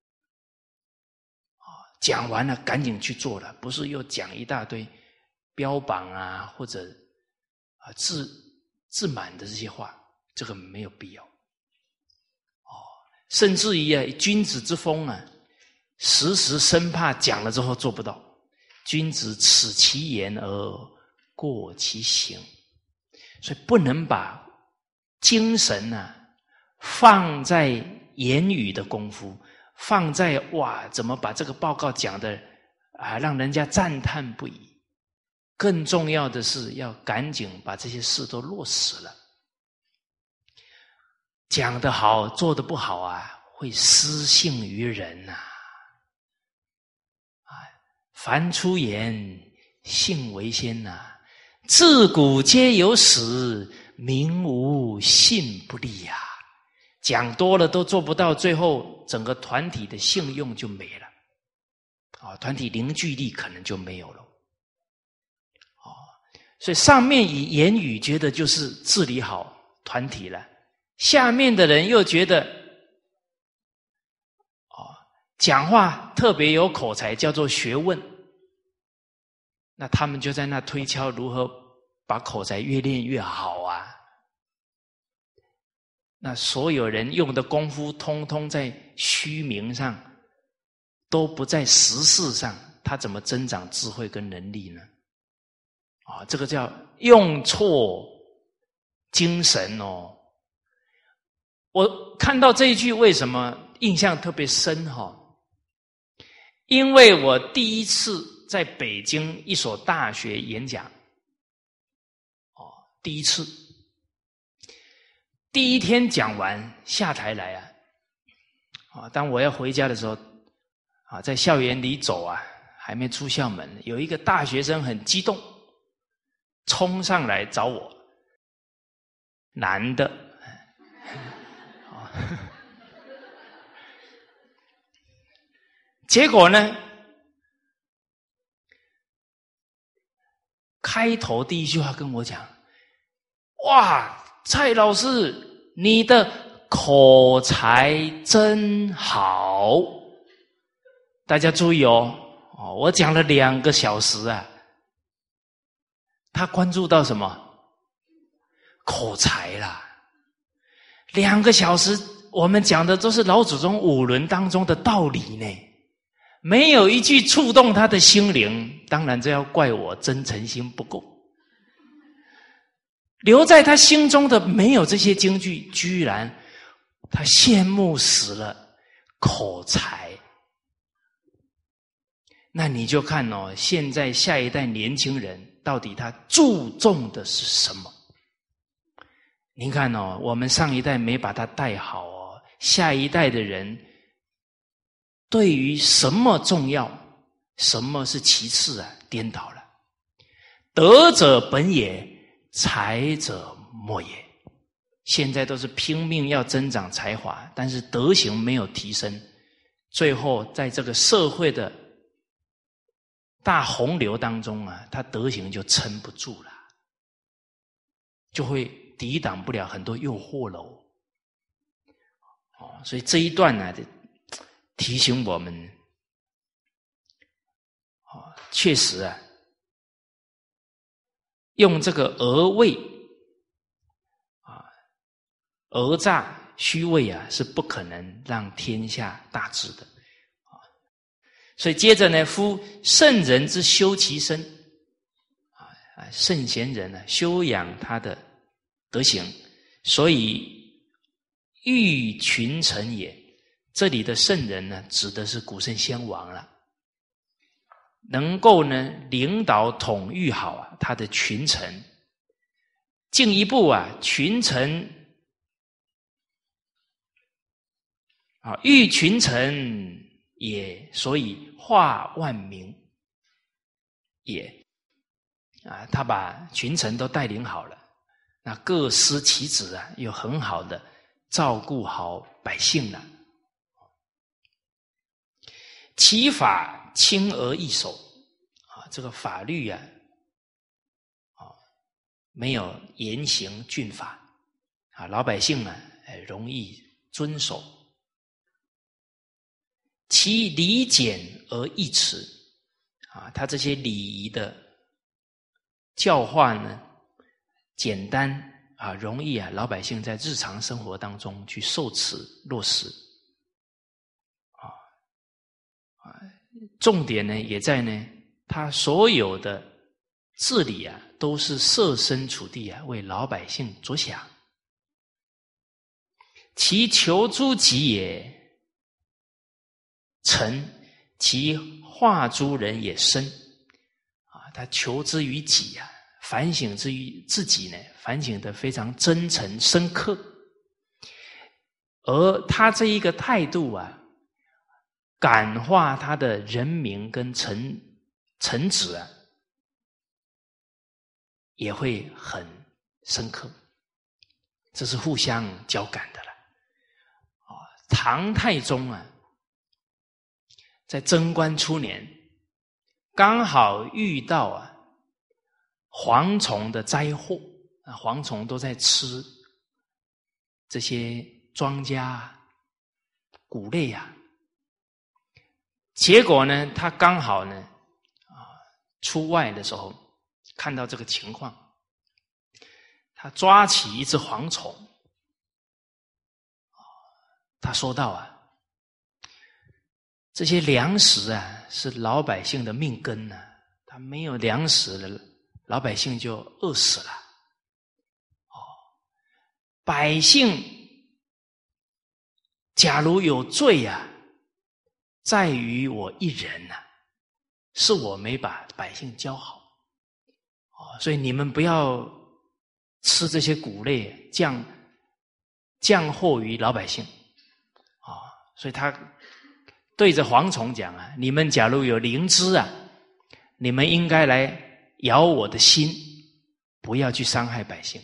讲完了赶紧去做了，不是又讲一大堆标榜啊或者啊自自满的这些话，这个没有必要。哦，甚至于啊君子之风啊，时时生怕讲了之后做不到。君子耻其言而过其行，所以不能把精神啊放在言语的功夫，放在哇怎么把这个报告讲的啊让人家赞叹不已。更重要的是要赶紧把这些事都落实了。讲得好做得不好啊，会失信于人呐、啊。啊，凡出言，信为先呐、啊。自古皆有史，民无信不立呀、啊。讲多了都做不到，最后整个团体的信用就没了，啊，团体凝聚力可能就没有了，哦，所以上面以言语觉得就是治理好团体了，下面的人又觉得，哦，讲话特别有口才，叫做学问， 那他们就在那推敲如何把口才越练越好啊。那所有人用的功夫通通在虚名上，都不在实事上，他怎么增长智慧跟能力呢？啊，这个叫用错精神哦。我看到这一句为什么印象特别深哈？因为我第一次在北京一所大学演讲，哦，第一次，第一天讲完下台来啊，啊，当我要回家的时候，啊，在校园里走啊，还没出校门，有一个大学生很激动，冲上来找我，男的。结果呢，开头第一句话跟我讲，哇，蔡老师你的口才真好。大家注意哦，哦，我讲了两个小时啊，他关注到什么？口才啦。两个小时我们讲的都是老祖宗五伦当中的道理呢，没有一句触动他的心灵，当然这要怪我真诚心不够。留在他心中的没有这些金句，居然他羡慕死了口才。那你就看哦，现在下一代年轻人到底他注重的是什么？您看哦，我们上一代没把他带好哦，下一代的人对于什么重要，什么是其次啊，颠倒了。德者本也，才者末也。现在都是拼命要增长才华，但是德行没有提升，最后在这个社会的大洪流当中啊，他德行就撑不住了，就会抵挡不了很多诱惑喽。哦，所以这一段呢、啊，提醒我们，哦，确实啊，用这个讹伪啊、讹诈、虚伪啊，是不可能让天下大治的。所以接着呢，夫圣人之修其身啊，圣贤人呢，修养他的德行，所以育群臣也。这里的圣人呢，指的是古圣先王了，能够呢领导统御好啊他的群臣。进一步啊，群臣啊，育群臣也，所以化万民也啊，他把群臣都带领好了，那各司其职啊，又很好的照顾好百姓了。其法轻而易守啊，这个法律啊，啊没有严刑峻法啊，老百姓呢容易遵守。其礼简而易持啊，他这些礼仪的教化呢，简单啊，容易啊，老百姓在日常生活当中去受持落实啊啊，重点呢也在呢，他所有的治理啊，都是设身处地啊，为老百姓着想。其求诸己也诚，其化诸人也深啊，他求之于己啊，反省之于自己呢，反省得非常真诚深刻。而他这一个态度啊，感化他的人民跟臣臣子啊，也会很深刻，这是互相交感的了。啊，唐太宗啊，在贞观初年，刚好遇到啊蝗虫的灾祸啊，蝗虫都在吃这些庄稼啊、谷类啊。结果呢，他刚好呢啊出外的时候，看到这个情况，他抓起一只蝗虫，他说道啊，这些粮食啊是老百姓的命根啊，他没有粮食了，老百姓就饿死了。哦，百姓假如有罪啊，在于我一人啊，是我没把百姓教好。哦，所以你们不要吃这些谷类，降降祸于老百姓。啊、哦，所以他对着蝗虫讲啊，你们假如有灵知啊，你们应该来摇我的心，不要去伤害百姓。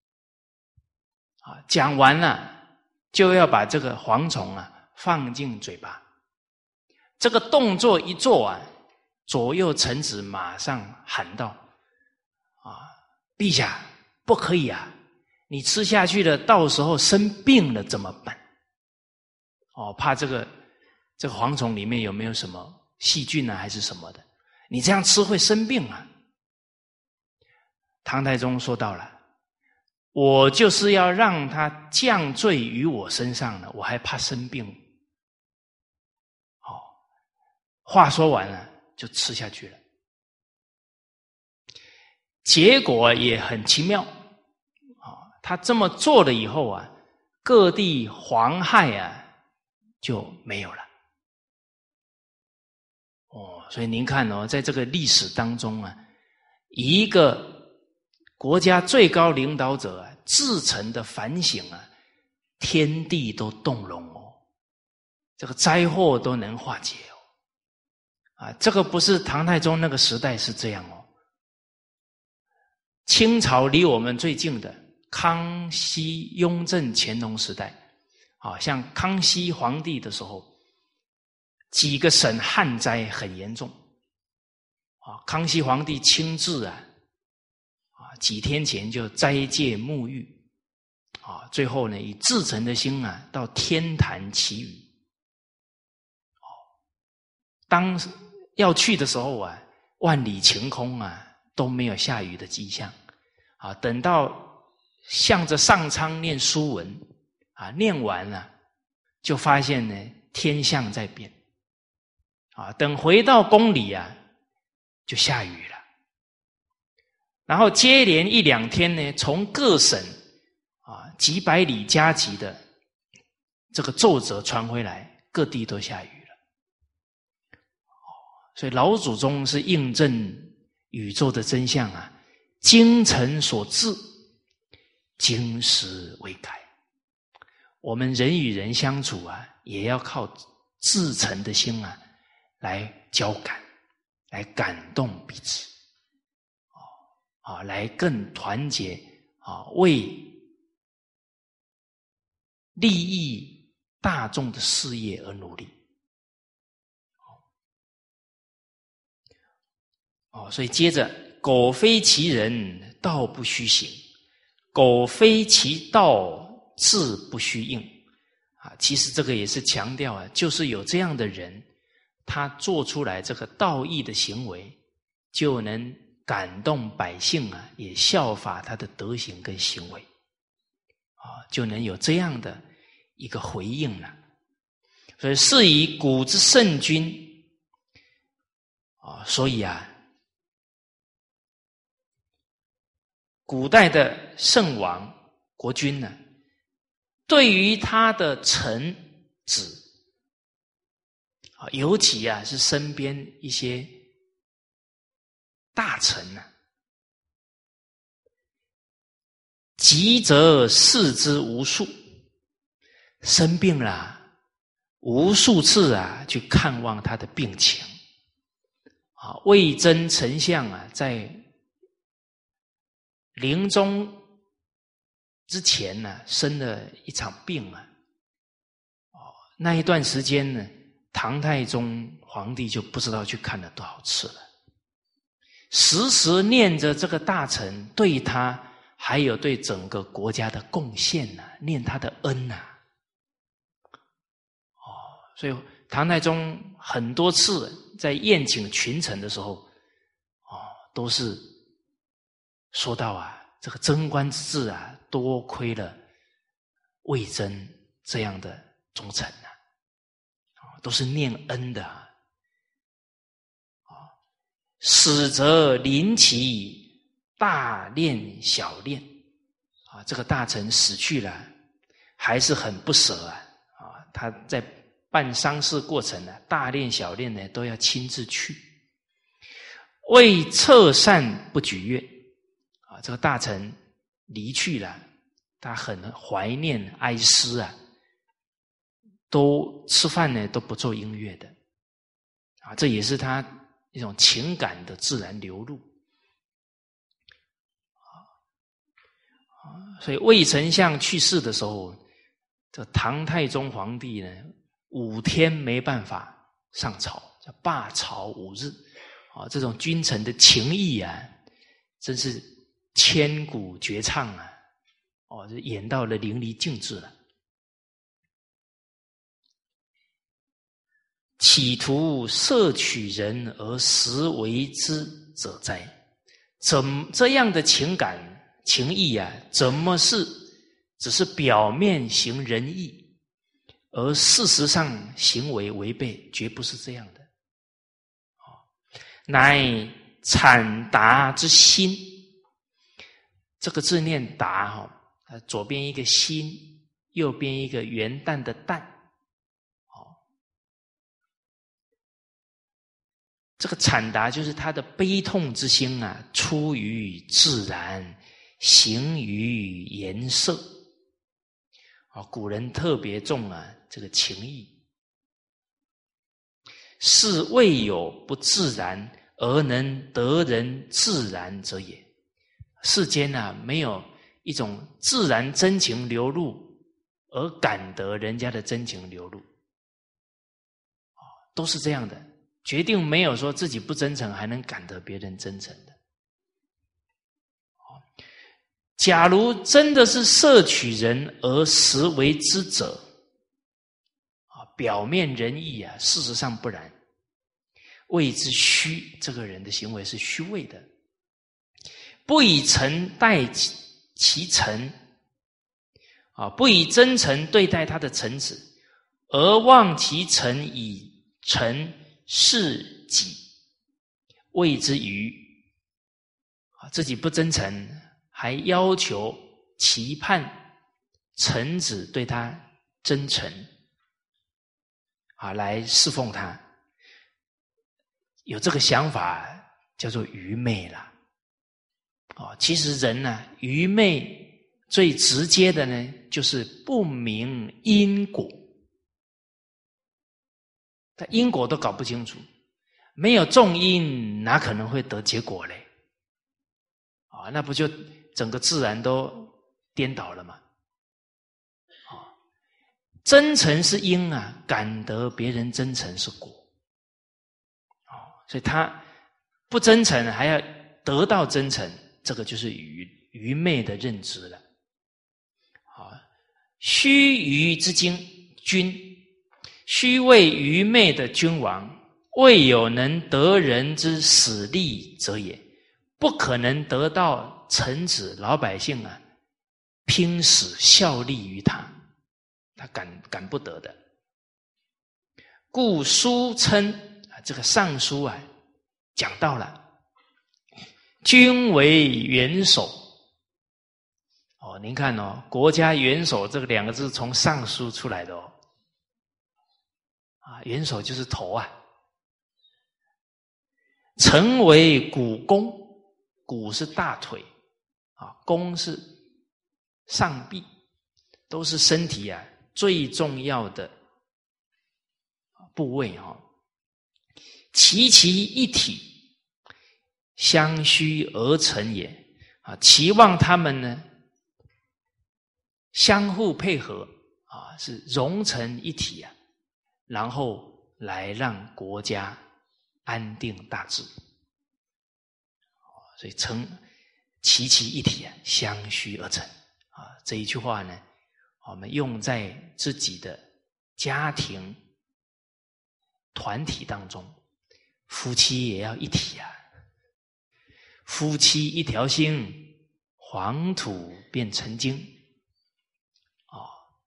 啊，讲完了就要把这个蝗虫啊放进嘴巴。这个动作一做啊，左右臣子马上喊道：啊，陛下不可以啊！你吃下去了，到时候生病了怎么办？哦，怕这个这个蝗虫里面有没有什么细菌啊，还是什么的？你这样吃会生病啊！唐太宗说到了，我就是要让他降罪于我身上了，我还怕生病？哦，话说完了就吃下去了。结果也很奇妙啊！他这么做了以后啊，各地蝗害啊就没有了。哦，所以您看哦，在这个历史当中啊，一个国家最高领导者啊至诚的反省啊，天地都动容哦，这个灾祸都能化解哦。啊，这个不是唐太宗那个时代是这样哦。清朝离我们最近的康熙、雍正、乾隆时代，啊，像康熙皇帝的时候，几个省旱灾很严重，啊，康熙皇帝亲自啊，啊，几天前就斋戒沐浴，啊，最后呢以至诚的心啊，到天坛祈雨，哦，当要去的时候啊，万里晴空啊。都没有下雨的迹象，啊，等到向着上苍念书文，啊，念完了，就发现呢天象在变，啊，等回到宫里啊，就下雨了，然后接连一两天呢，从各省啊几百里加急的这个奏折传回来，各地都下雨了，所以老祖宗是印证宇宙的真相啊，精诚所至，金石为开。我们人与人相处啊，也要靠至诚的心啊，来交感，来感动彼此，啊，来更团结啊，为利益大众的事业而努力。哦，所以接着，苟非其人，道不虚行；苟非其道，志不虚应。啊，其实这个也是强调啊，就是有这样的人，他做出来这个道义的行为，就能感动百姓啊，也效法他的德行跟行为，啊，就能有这样的一个回应了。所以是以古之圣君，啊，所以啊。古代的圣王国君呢，对于他的臣子啊，尤其啊是身边一些大臣呢，急则视之无数，生病了无数次啊去看望他的病情啊，魏征丞相啊在临终之前呢，生了一场病啊，哦，那一段时间呢，唐太宗皇帝就不知道去看了多少次了，时时念着这个大臣对他还有对整个国家的贡献呢，念他的恩呐，哦，所以唐太宗很多次在宴请群臣的时候，哦， 都是说到啊，这个贞观之治啊，多亏了魏征这样的忠臣啊，都是念恩的啊。死则临其大练小练啊，这个大臣死去了，还是很不舍啊啊，他在办丧事过程呢，大练小练呢都要亲自去。为侧善不举乐啊，这个大臣离去了，他很怀念哀思啊，都吃饭呢都不做音乐的啊，这也是他一种情感的自然流露啊。所以魏丞相去世的时候，这唐太宗皇帝呢五天没办法上朝，叫罢朝五日啊。这种君臣的情谊啊，真是千古绝唱啊！哦，这演到了淋漓尽致了。企图摄取人而实为之者哉？怎这样的情感情谊啊，怎么是只是表面行仁义，而事实上行为违背？绝不是这样的。乃产达之心，这个字念达哈，左边一个心，右边一个元旦的旦。这个产达就是他的悲痛之心啊，出于自然，行于颜色。啊，古人特别重啊这个情义，是未有不自然而能得人自然者也。世间啊，没有一种自然真情流露而感得人家的真情流露，都是这样的。决定没有说自己不真诚还能感得别人真诚的。假如真的是摄取人而实为之者，表面仁义啊，事实上不然，谓之虚。这个人的行为是虚伪的，不以诚待其臣啊，不以真诚对待他的臣子，而忘其臣以臣事己，谓之愚。自己不真诚，还要求期盼臣子对他真诚啊，来侍奉他，有这个想法叫做愚昧啦。哦，其实人呢、啊，愚昧最直接的呢，就是不明因果。他因果都搞不清楚，没有种因，哪可能会得结果嘞？啊，那不就整个自然都颠倒了吗？啊，真诚是因啊，感得别人真诚是果。啊，所以他不真诚还要得到真诚，这个就是愚愚昧的认知了。啊，虚愚之君君。虚伪愚昧的君王，未有能得人之使力者也，不可能得到臣子老百姓啊拼死效力于他，他敢敢不得的。故书称啊，这个尚书啊讲到了，君为元首。哦，您看哦，国家元首这个两个字从尚书出来的哦。啊，元首就是头啊。臣为股肱，股是大腿啊，肱是上臂，都是身体啊最重要的部位啊。其其一体，相须而成也啊，期望他们呢相互配合啊，是融成一体啊。然后来让国家安定大治，所以称其其一体啊，相须而成啊。这一句话呢，我们用在自己的家庭团体当中，夫妻也要一体啊。 夫妻一条心，黄土变成金。哦，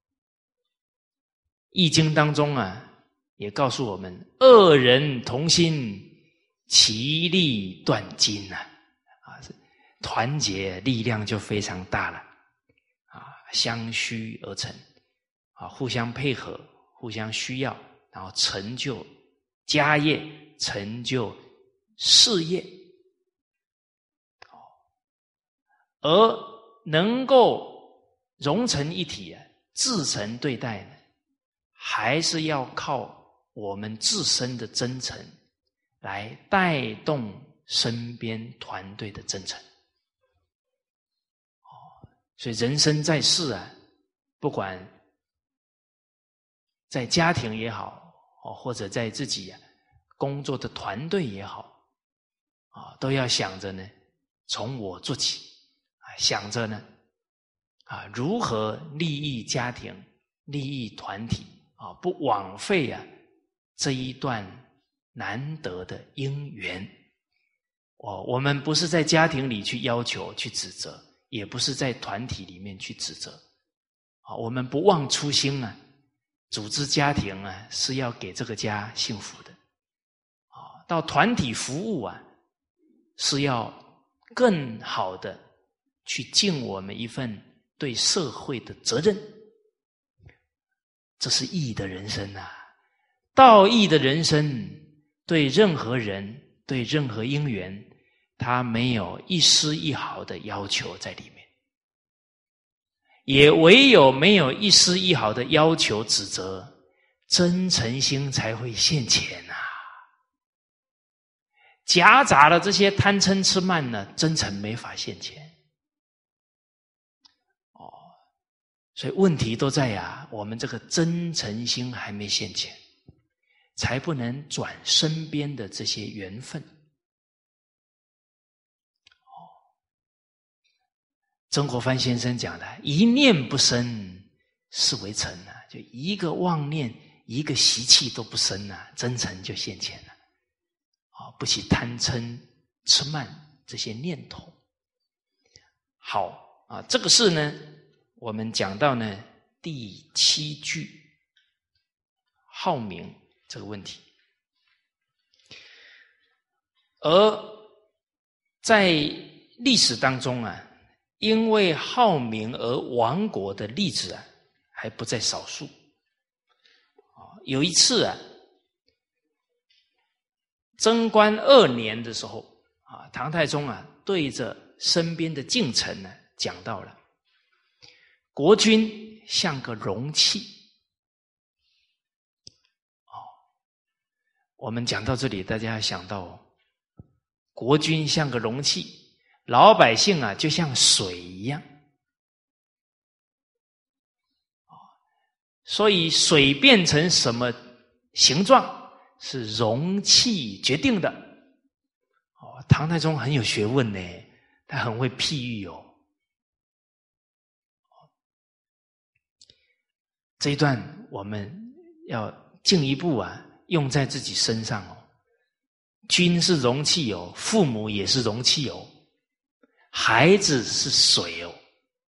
易经当中啊，也告诉我们，二人同心，其利断金啊！啊，团结力量就非常大了啊，相须而成啊，互相配合，互相需要，然后成就家业，成就事业。而能够融成一体啊，至诚对待呢，还是要靠我们自身的真诚来带动身边团队的真诚。所以人生在世啊，不管在家庭也好，或者在自己工作的团队也好，都要想着呢，从我做起，想着呢，啊，如何利益家庭、利益团体啊，不枉费啊这一段难得的因缘。哦，我们不是在家庭里去要求、去指责，也不是在团体里面去指责。啊，我们不忘初心啊，组织家庭啊，是要给这个家幸福的。啊，到团体服务啊，是要更好的去尽我们一份对社会的责任。这是义的人生啊！道义的人生，对任何人、对任何因缘，他没有一丝一毫的要求在里面，也唯有没有一丝一毫的要求指责，真诚心才会现前啊！夹杂了这些贪嗔痴慢呢，真诚没法现前。哦，所以问题都在呀，我们这个真诚心还没现前，才不能转身边的这些缘分。哦，曾国藩先生讲的，一念不生，是为诚啊，就一个妄念，一个习气都不生啊，真诚就现前了。啊，不起贪嗔痴慢这些念头。好啊，这个是呢，我们讲到呢第七句好名这个问题。而在历史当中啊，因为好名而亡国的例子啊，还不在少数。有一次啊，贞观二年的时候啊，唐太宗啊对着身边的近臣呢讲到了，国君像个容器。哦，我们讲到这里，大家要想到哦，国君像个容器，老百姓啊就像水一样。所以水变成什么形状，是容器决定的。哦，唐太宗很有学问呢，他很会譬喻哦。这一段我们要进一步啊，用在自己身上哦。君是容器哦，父母也是容器哦，孩子是水哦，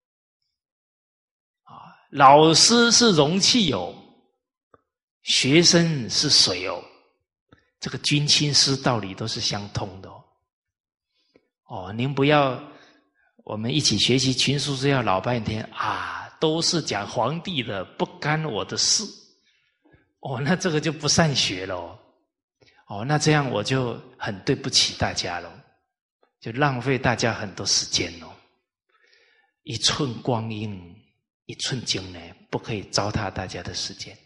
啊，老师是容器哦，学生是水哦。这个君亲师道理都是相通的哦。哦，您不要我们一起学习群书是要老半天啊，都是讲皇帝的，不干我的事。哦，那这个就不善学了哦。哦，那这样我就很对不起大家了，就浪费大家很多时间哦。一寸光阴一寸金呢，不可以糟蹋大家的时间。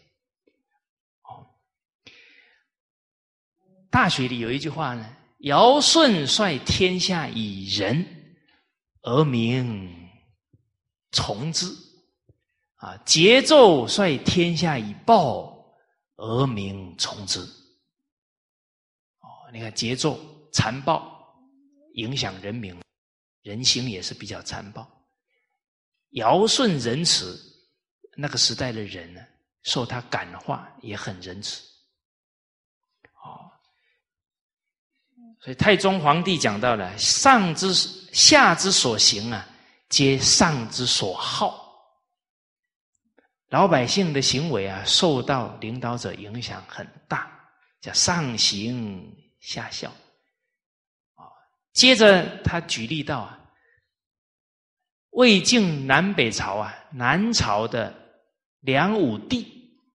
大学里有一句话呢，尧舜率天下以仁，而民从之。啊，桀纣率天下以暴，而民从之。哦，你看桀纣残暴，影响人民，人心也是比较残暴。尧舜仁慈，那个时代的人呢，受他感化，也很仁慈。 所以太宗皇帝讲到了，上之下之所行啊，皆上之所好。老百姓的行为啊，受到领导者影响很大，叫上行下效。接着他举例到啊，魏晋南北朝啊，南朝的梁武帝，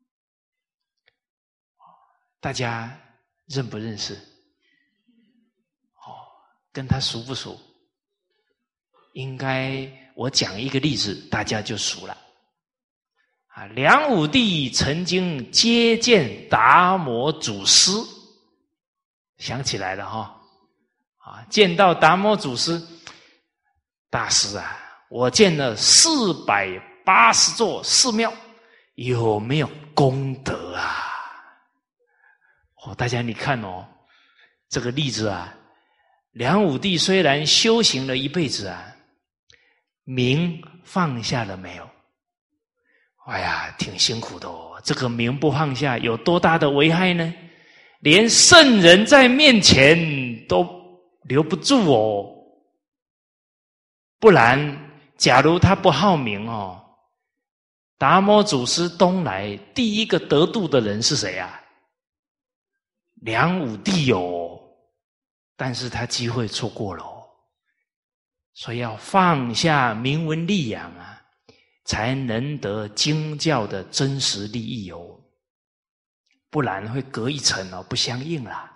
大家认不认识？哦，跟他熟不熟？应该我讲一个例子，大家就熟了。啊，梁武帝曾经接见达摩祖师，想起来了哈、哦。啊，见到达摩祖师大师啊，我建了四百八十座寺庙，有没有功德啊？哦，大家你看哦，这个例子啊，梁武帝虽然修行了一辈子啊，名放下了没有？哎呀，挺辛苦的哦。这个名不放下，有多大的危害呢？连圣人在面前都留不住哦。不然，假如他不好名哦，达摩祖师东来第一个得度的人是谁啊？梁武帝哦。但是他机会错过了哦。所以要放下名闻利养啊，才能得经教的真实利益哦。不然会隔一层哦，不相应啦。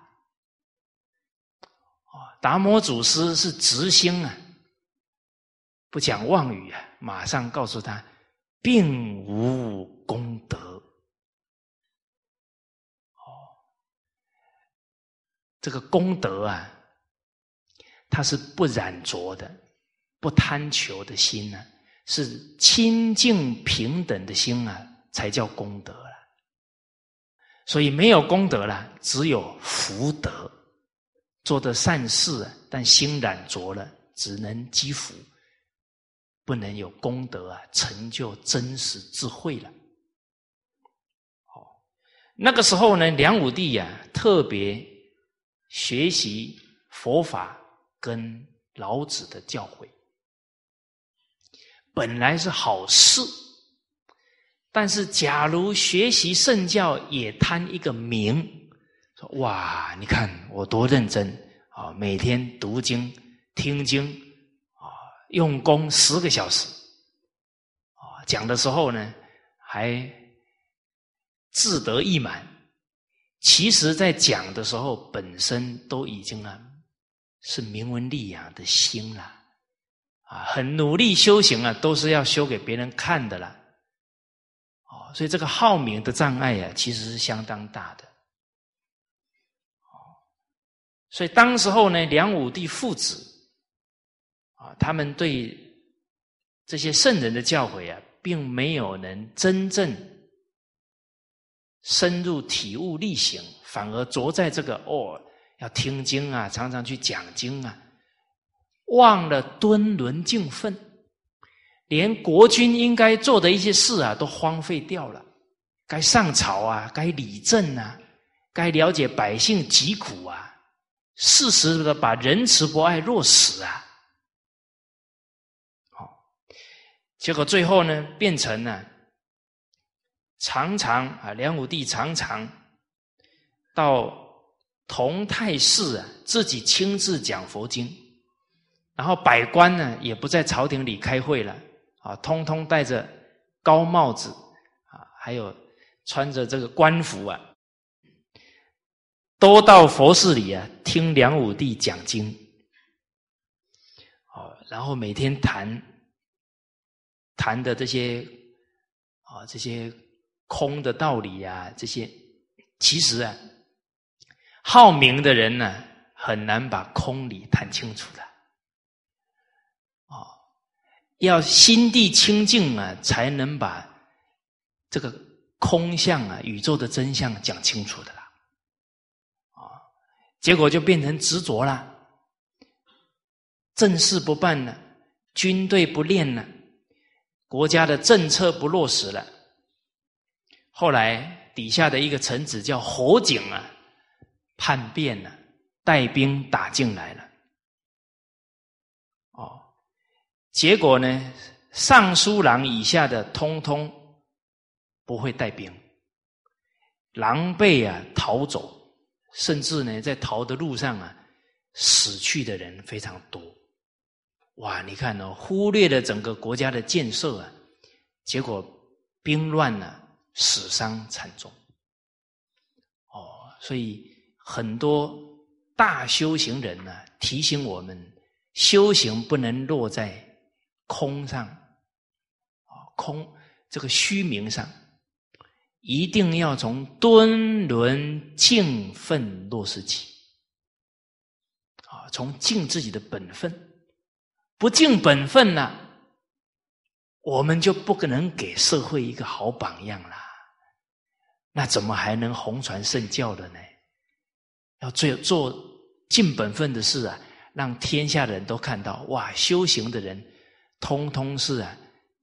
达摩祖师是直心啊，不讲妄语啊，马上告诉他，并无功德。哦，这个功德啊，它是不染浊的，不贪求的心啊，是清净平等的心啊，才叫功德了。所以没有功德了，只有福德。做的善事啊，但心染浊了，只能积福，不能有功德啊，成就真实智慧了。哦，那个时候呢，梁武帝啊，特别学习佛法跟老子的教诲，本来是好事，但是假如学习圣教也贪一个名。哇，你看我多认真啊！每天读经、听经啊，用功十个小时啊，讲的时候呢还自得意满。其实，在讲的时候，本身都已经啊是名闻利养的心了啊，很努力修行啊，都是要修给别人看的啦。哦，所以这个好名的障碍啊，其实是相当大的。所以当时候呢，梁武帝父子啊，他们对这些圣人的教诲啊，并没有能真正深入体悟力行，反而着在这个哦，要听经啊，常常去讲经啊，忘了敦伦敬分，连国君应该做的一些事啊，都荒废掉了。该上朝啊，该理政啊，该了解百姓疾苦啊，适时的把仁慈博爱落实啊，好，结果最后呢，变成了常常啊，梁武帝常常到同泰寺啊，自己亲自讲佛经，然后百官呢也不在朝廷里开会了啊，通通戴着高帽子啊，还有穿着这个官服啊。都到佛寺里啊，听梁武帝讲经，哦，然后每天谈谈的这些啊、哦、这些空的道理啊，这些其实啊，好名的人呢，很难把空理谈清楚的，哦，要心地清净啊，才能把这个空相啊、宇宙的真相讲清楚的啦。结果就变成执着了，政事不办了，军队不练了，国家的政策不落实了。后来底下的一个臣子叫侯景啊，叛变了带兵打进来了。哦，结果呢，尚书郎以下的通通不会带兵，狼狈啊逃走，甚至呢在逃的路上啊，死去的人非常多。哇，你看哦，忽略了整个国家的建设啊，结果兵乱呢、啊，死伤惨重。哦，所以很多大修行人呢、啊，提醒我们，修行不能落在空上，空这个虚名上，一定要从敦伦敬分落实起。啊，从尽自己的本分。不尽本分呢、啊，我们就不可能给社会一个好榜样啦。那怎么还能弘传圣教的呢？要做做尽本分的事啊，让天下的人都看到，哇，修行的人通通是啊，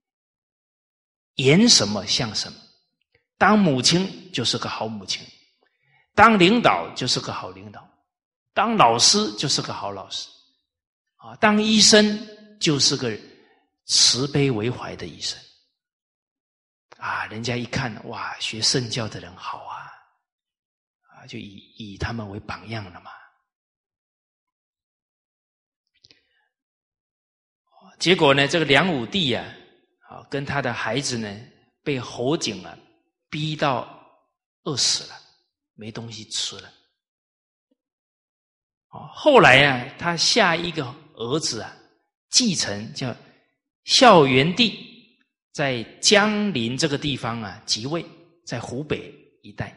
演什么像什么。当母亲就是个好母亲，当领导就是个好领导，当老师就是个好老师。啊，当医生就是个慈悲为怀的医生啊！人家一看，哇，学圣教的人好啊，啊，就以以他们为榜样了嘛。结果呢，这个梁武帝啊，啊，跟他的孩子呢，被侯景啊逼到饿死了，没东西吃了。后来啊，他下一个儿子啊，继承叫孝元帝，在江陵这个地方啊即位，在湖北一带。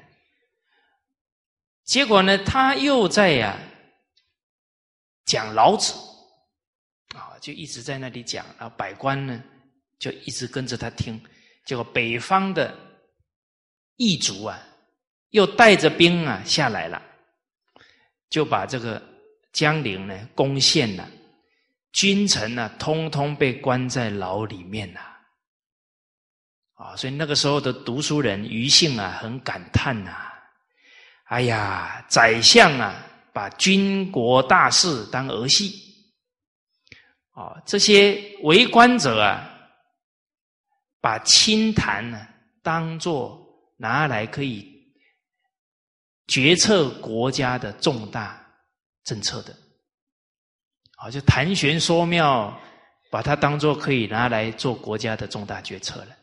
结果呢，他又在啊讲老子啊，就一直在那里讲，然后百官呢就一直跟着他听。结果北方的异族啊，又带着兵啊下来了，就把这个江陵呢攻陷了，君臣呢通通被关在牢里面了。啊，所以那个时候的读书人余姓啊很感叹啊，哎呀，宰相啊把军国大事当儿戏，啊，这些为官者啊把清谈呢当作拿来可以决策国家的重大政策的，啊，就谈玄说妙，把它当作可以拿来做国家的重大决策了。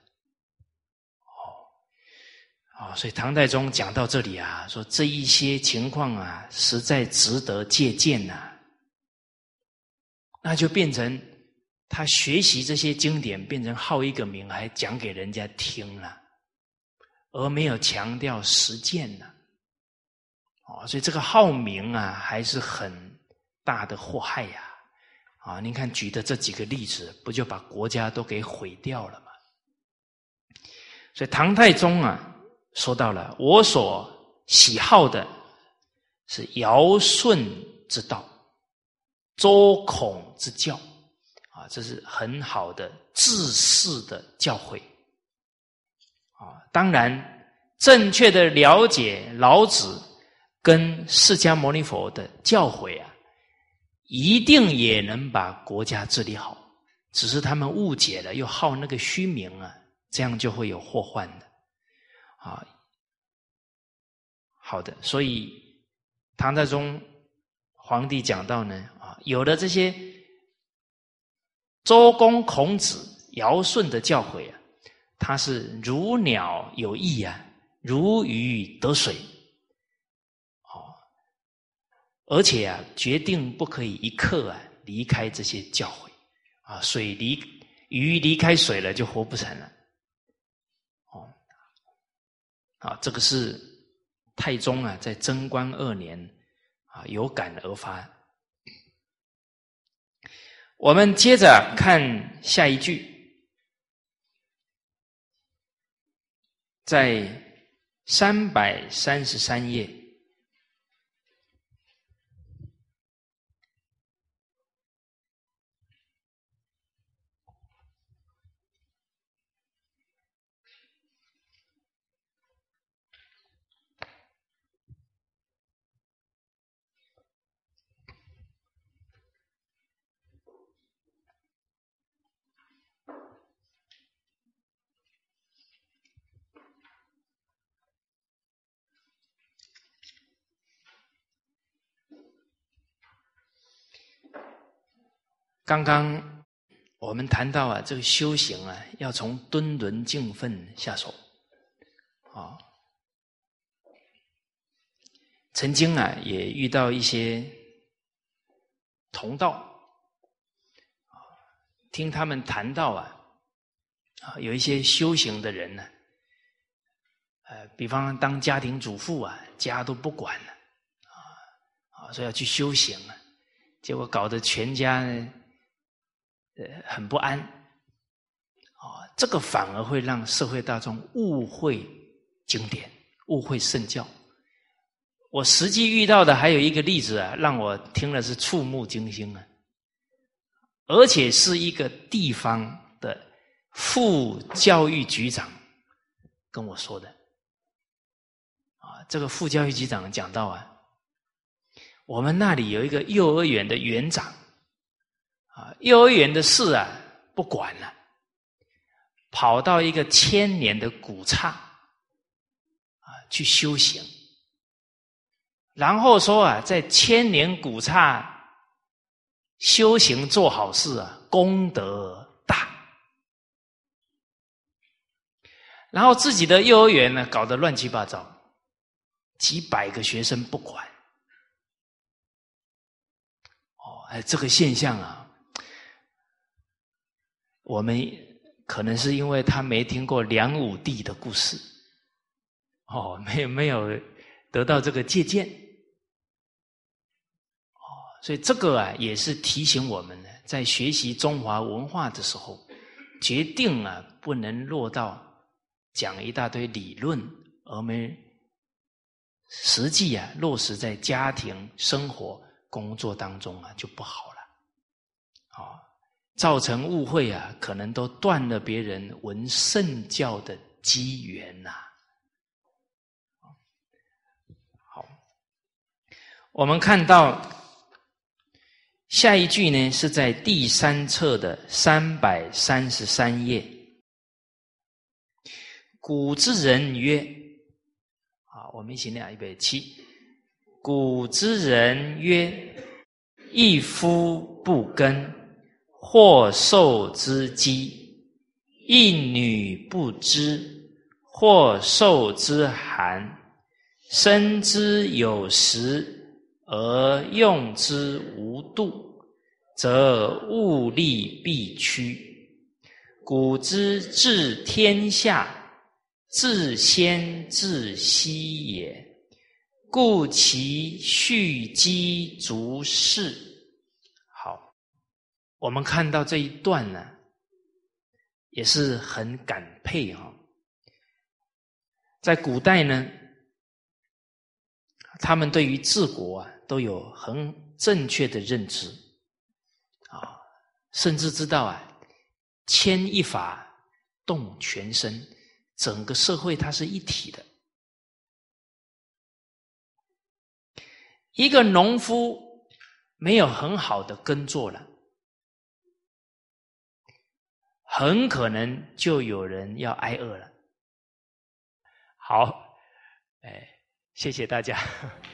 哦，所以唐太宗讲到这里啊，说这一些情况啊，实在值得借鉴呐、啊。那就变成他学习这些经典，变成好一个名，还讲给人家听了，而没有强调实践呢、啊。哦，所以这个好名啊，还是很大的祸害呀、啊。啊，您看举的这几个例子，不就把国家都给毁掉了吗？所以唐太宗啊，说到了我所喜好的是尧舜之道，周孔之教啊，这是很好的治世的教诲啊。当然，正确的了解老子跟释迦牟尼佛的教诲啊，一定也能把国家治理好，只是他们误解了，又好那个虚名啊，这样就会有祸患的啊。好的，所以唐太宗皇帝讲到呢，啊，有了这些周公、孔子、尧舜的教诲啊，它是如鸟有翼啊，如鱼得水，哦，而且啊，决定不可以一刻啊离开这些教诲啊，水离鱼离开水了就活不成了，哦，啊，这个是太宗啊，在贞观二年啊有感而发。我们接着看下一句，在三百三十三页。 刚刚我们谈到啊，这个修行啊，要从敦伦敬分下手啊。曾经啊，也遇到一些同道，听他们谈到啊，啊，有一些修行的人呢、啊，呃，比方当家庭主妇啊，家都不管了，啊，啊，说要去修行啊，结果搞得全家呢，呃，很不安，啊，这个反而会让社会大众误会经典，误会圣教。我实际遇到的还有一个例子啊，让我听了是触目惊心啊，而且是一个地方的副教育局长跟我说的啊。这个副教育局长讲到啊，我们那里有一个幼儿园的园长啊，幼儿园的事啊不管了，跑到一个千年的古刹啊去修行。然后说啊，在千年古刹修行做好事啊，功德大。然后自己的幼儿园呢，搞得乱七八糟，几百个学生不管。哦，哎，这个现象啊，我们可能是因为他没听过梁武帝的故事，哦，没有没有得到这个借鉴。所以这个啊，也是提醒我们呢，在学习中华文化的时候，决定啊不能落到讲一大堆理论，而没实际啊落实在家庭、生活、工作当中啊，就不好了。啊，造成误会啊，可能都断了别人闻圣教的机缘呐。好，我们看到。下一句呢，是在第三册的三百三十三页。古之人曰，好，我们一起念一百七。古之人曰：一夫不耕，或受之饥；一女不织，或受之寒。生之有时，而用之无度，则物力必趋。古之治天下，自先自息也，故其蓄积足事。好，我们看到这一段呢，也是很感佩哈、哦。在古代呢，他们对于治国啊都有很正确的认知啊，甚至知道啊，牵一发动全身，整个社会它是一体的。一个农夫没有很好的耕作了，很可能就有人要挨饿了。好，哎，谢谢大家。